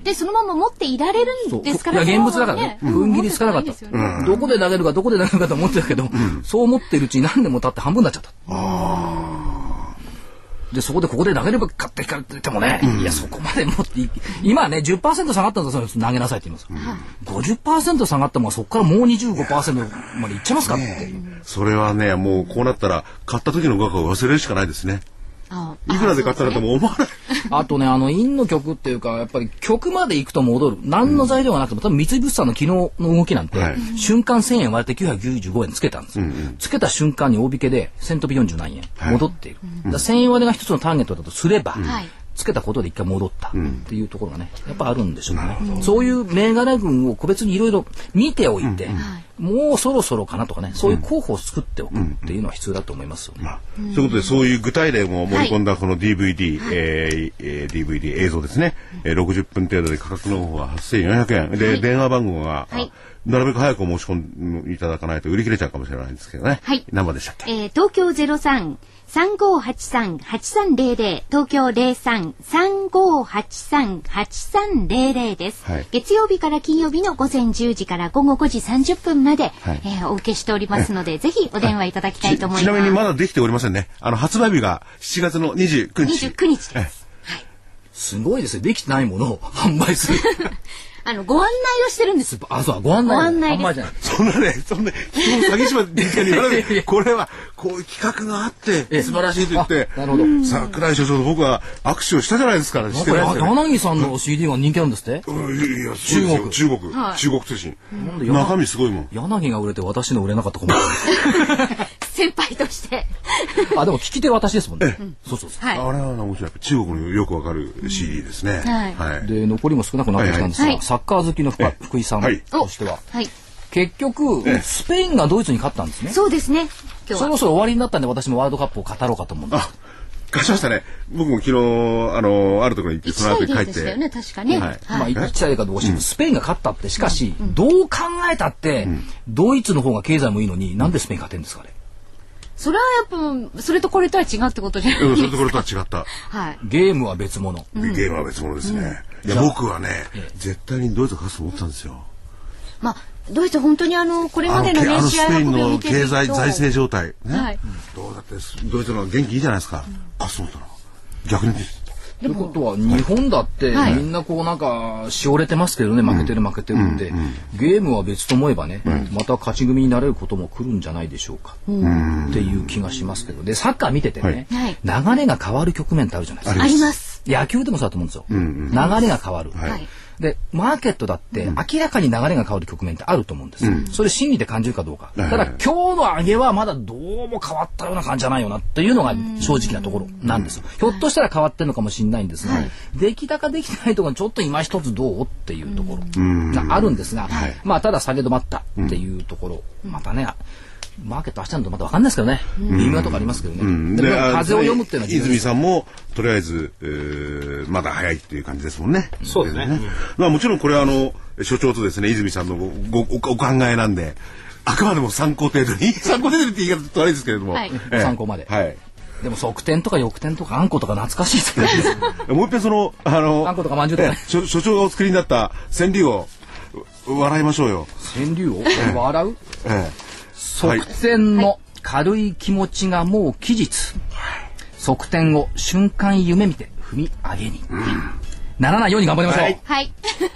でそのまま持っていられるんですから。 いや現物だからね、踏ん切りつかなかった、うん、どこで投げるかどこで投げるかと思ってたけど、うん、そう思ってるうちに何年も経って半分になっちゃった。あでそこでここで投げればかって聞かれてもね、うん、いやそこまで持ってい今ね じゅっパーセント 下がったんだったら投げなさいって言います、うん、ごじゅっパーセント 下がったもんそこからもう にじゅうごパーセント までいっちゃいますかって、 ね、それはねもうこうなったら買った時の額を忘れるしかないですね。いくらで買ったらとも思わない。 あとねあの陰の曲っていうかやっぱり曲まで行くと戻る何の材料がなくても、多分三井物産の昨日の動きなんて、はい、瞬間せんえん割れてきゅうひゃくきゅうじゅうごえんつけたんですよ、うんうん、つけた瞬間に大引けでせん飛びよんじゅうなんえん戻っている、はい、だせんえん割れが一つのターゲットだとすれば、うんつけたことで一回戻ったっていうところがねやっぱあるんでしょうね、うん、そういう銘柄群を個別にいろいろ見ておいて、うん、もうそろそろかなとかねそういう候補を作っておくっていうのは必要だと思いますよね、 うんうん、ということでそういう具体例も盛り込んだこの ディーブイディー、はいえーえー、ディーブイディー 映像ですね、うん、ろくじゅっぷん程度で価格の方ははっせんよんひゃくえんで、はい、電話番号が、はいなるべく早くお申し込んでいただかないと売り切れちゃうかもしれないんですけどね。はい。何番でしたっけ？ えー、東京ゼロさん さんごはちさん はちさんゼロゼロ東京ゼロさん さんごはちさん はちさんゼロゼロです、はい。月曜日から金曜日の午前じゅうじから午後ごじさんじゅっぷんまで、はいえー、お受けしておりますので、ぜひお電話いただきたいと思います。 ち, ちなみにまだできておりませんね。あの発売日がしちがつのにじゅうくにち。 にじゅうくにちです。はい。 すごいですね。できてないものを販売する。 あのご案内をしてるんです。 あ、そうご案内。 ご案内販売じゃない。 そんなね、そんな詐欺師まで言われる。これはこういう企画があって素晴らしいと言って、 なるほど。 桜井所長と僕は握手をしたじゃないですか。してないですよね。柳さんの シーディー が人気あるんですって。 いやいや中国中国中国通信。中身すごいもん。 柳が売れて私の売れなかったかも。 先輩として。 あでも聞き手私ですもんね。そうそうそう。 あれは面白い。中国のよくわかる シーディー ですね。 はい。で残りも少なくなってきたんですが、サッカー好きの福井さんとしては、結局スペインがドイツに勝ったんですね。 そうですね。 そろそろ終わりになったんで私もワールドカップを語ろうかと思うんです。 勝ちましたね。僕も昨日あのあるところに行ってその後に帰って。 いちたいゼロでしたよね確かね。 はい。まあいちたいゼロかどうかしてスペインが勝ったってしかしどう考えたってドイツの方が経済もいいのになんでスペイン勝てるんですかね。 それはやっぱそれとこれとは違うってことじゃないですか。 それとこれとは違った。 はい。 ゲームは別物。 ゲームは別物ですね。いや僕はね絶対にドイツが勝つと思ってたんですよ。 まあドイツ本当にあのこれまでのね試合運びを見てると経済財政状態ね。どうだってドイツの元気いいじゃないですか。勝つと思ったの。逆に。 ということは日本だってみんなこうなんかしおれてますけどね負けてる負けてるんでゲームは別と思えばねまた勝ち組になれることも来るんじゃないでしょうかっていう気がしますけどでサッカー見ててね流れが変わる局面ってあるじゃないですか。 あります。 野球でもそうだと思うんですよ。流れが変わる。でマーケットだって明らかに流れが変わる局面ってあると思うんです、うん、それ心理で感じるかどうか、うん、ただ今日の上げはまだどうも変わったような感じじゃないよなっていうのが正直なところなんですよ、うん、ひょっとしたら変わってるのかもしれないんですが、はい、出来高できてないところちょっと今一つどうっていうところがあるんですが、うんはい、まあただ下げ止まったっていうところ、うん、またねマーケット明日のとまた分かんないですけどね微妙なとこありますけどね、うん、で風を読むっていうのは泉さんもとりあえず、えー、まだ早いっていう感じですもんね。 そうですね、うん、 まあもちろんこれはあの所長とですね泉さんのごごお考えなんであくまでも参考程度に参考程度にって言い方とあれですけれども、はいえー、参考まで、はい、でも側転とか翼転とかあんことか懐かしいですねもう一遍そのあのあんことかまんじゅうとかね、 えー、所長がお作りになった川柳を笑いましょうよ。 川柳を、えー、笑う、えー側転の軽い気持ちがもう期日、はい、側転を瞬間夢見て踏み上げに、うん、ならないように頑張りましょう。はい、はい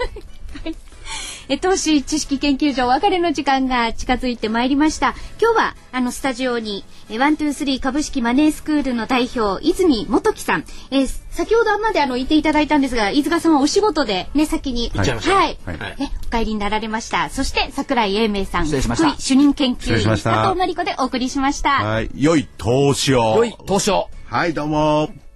え投資知識研究所お別れの時間が近づいてまいりました。今日はあのスタジオにワントゥースリー株式マネースクールの代表泉元樹さん、えー、先ほどまであの言っていただいたんですが飯塚さんはお仕事でね先に行っちゃいました、 はいはいね、お帰りになられました。そして櫻井英明さん失礼しました主任研究員佐藤真理子でお送りしました。 はい良い投資を良い投資をはいどうも。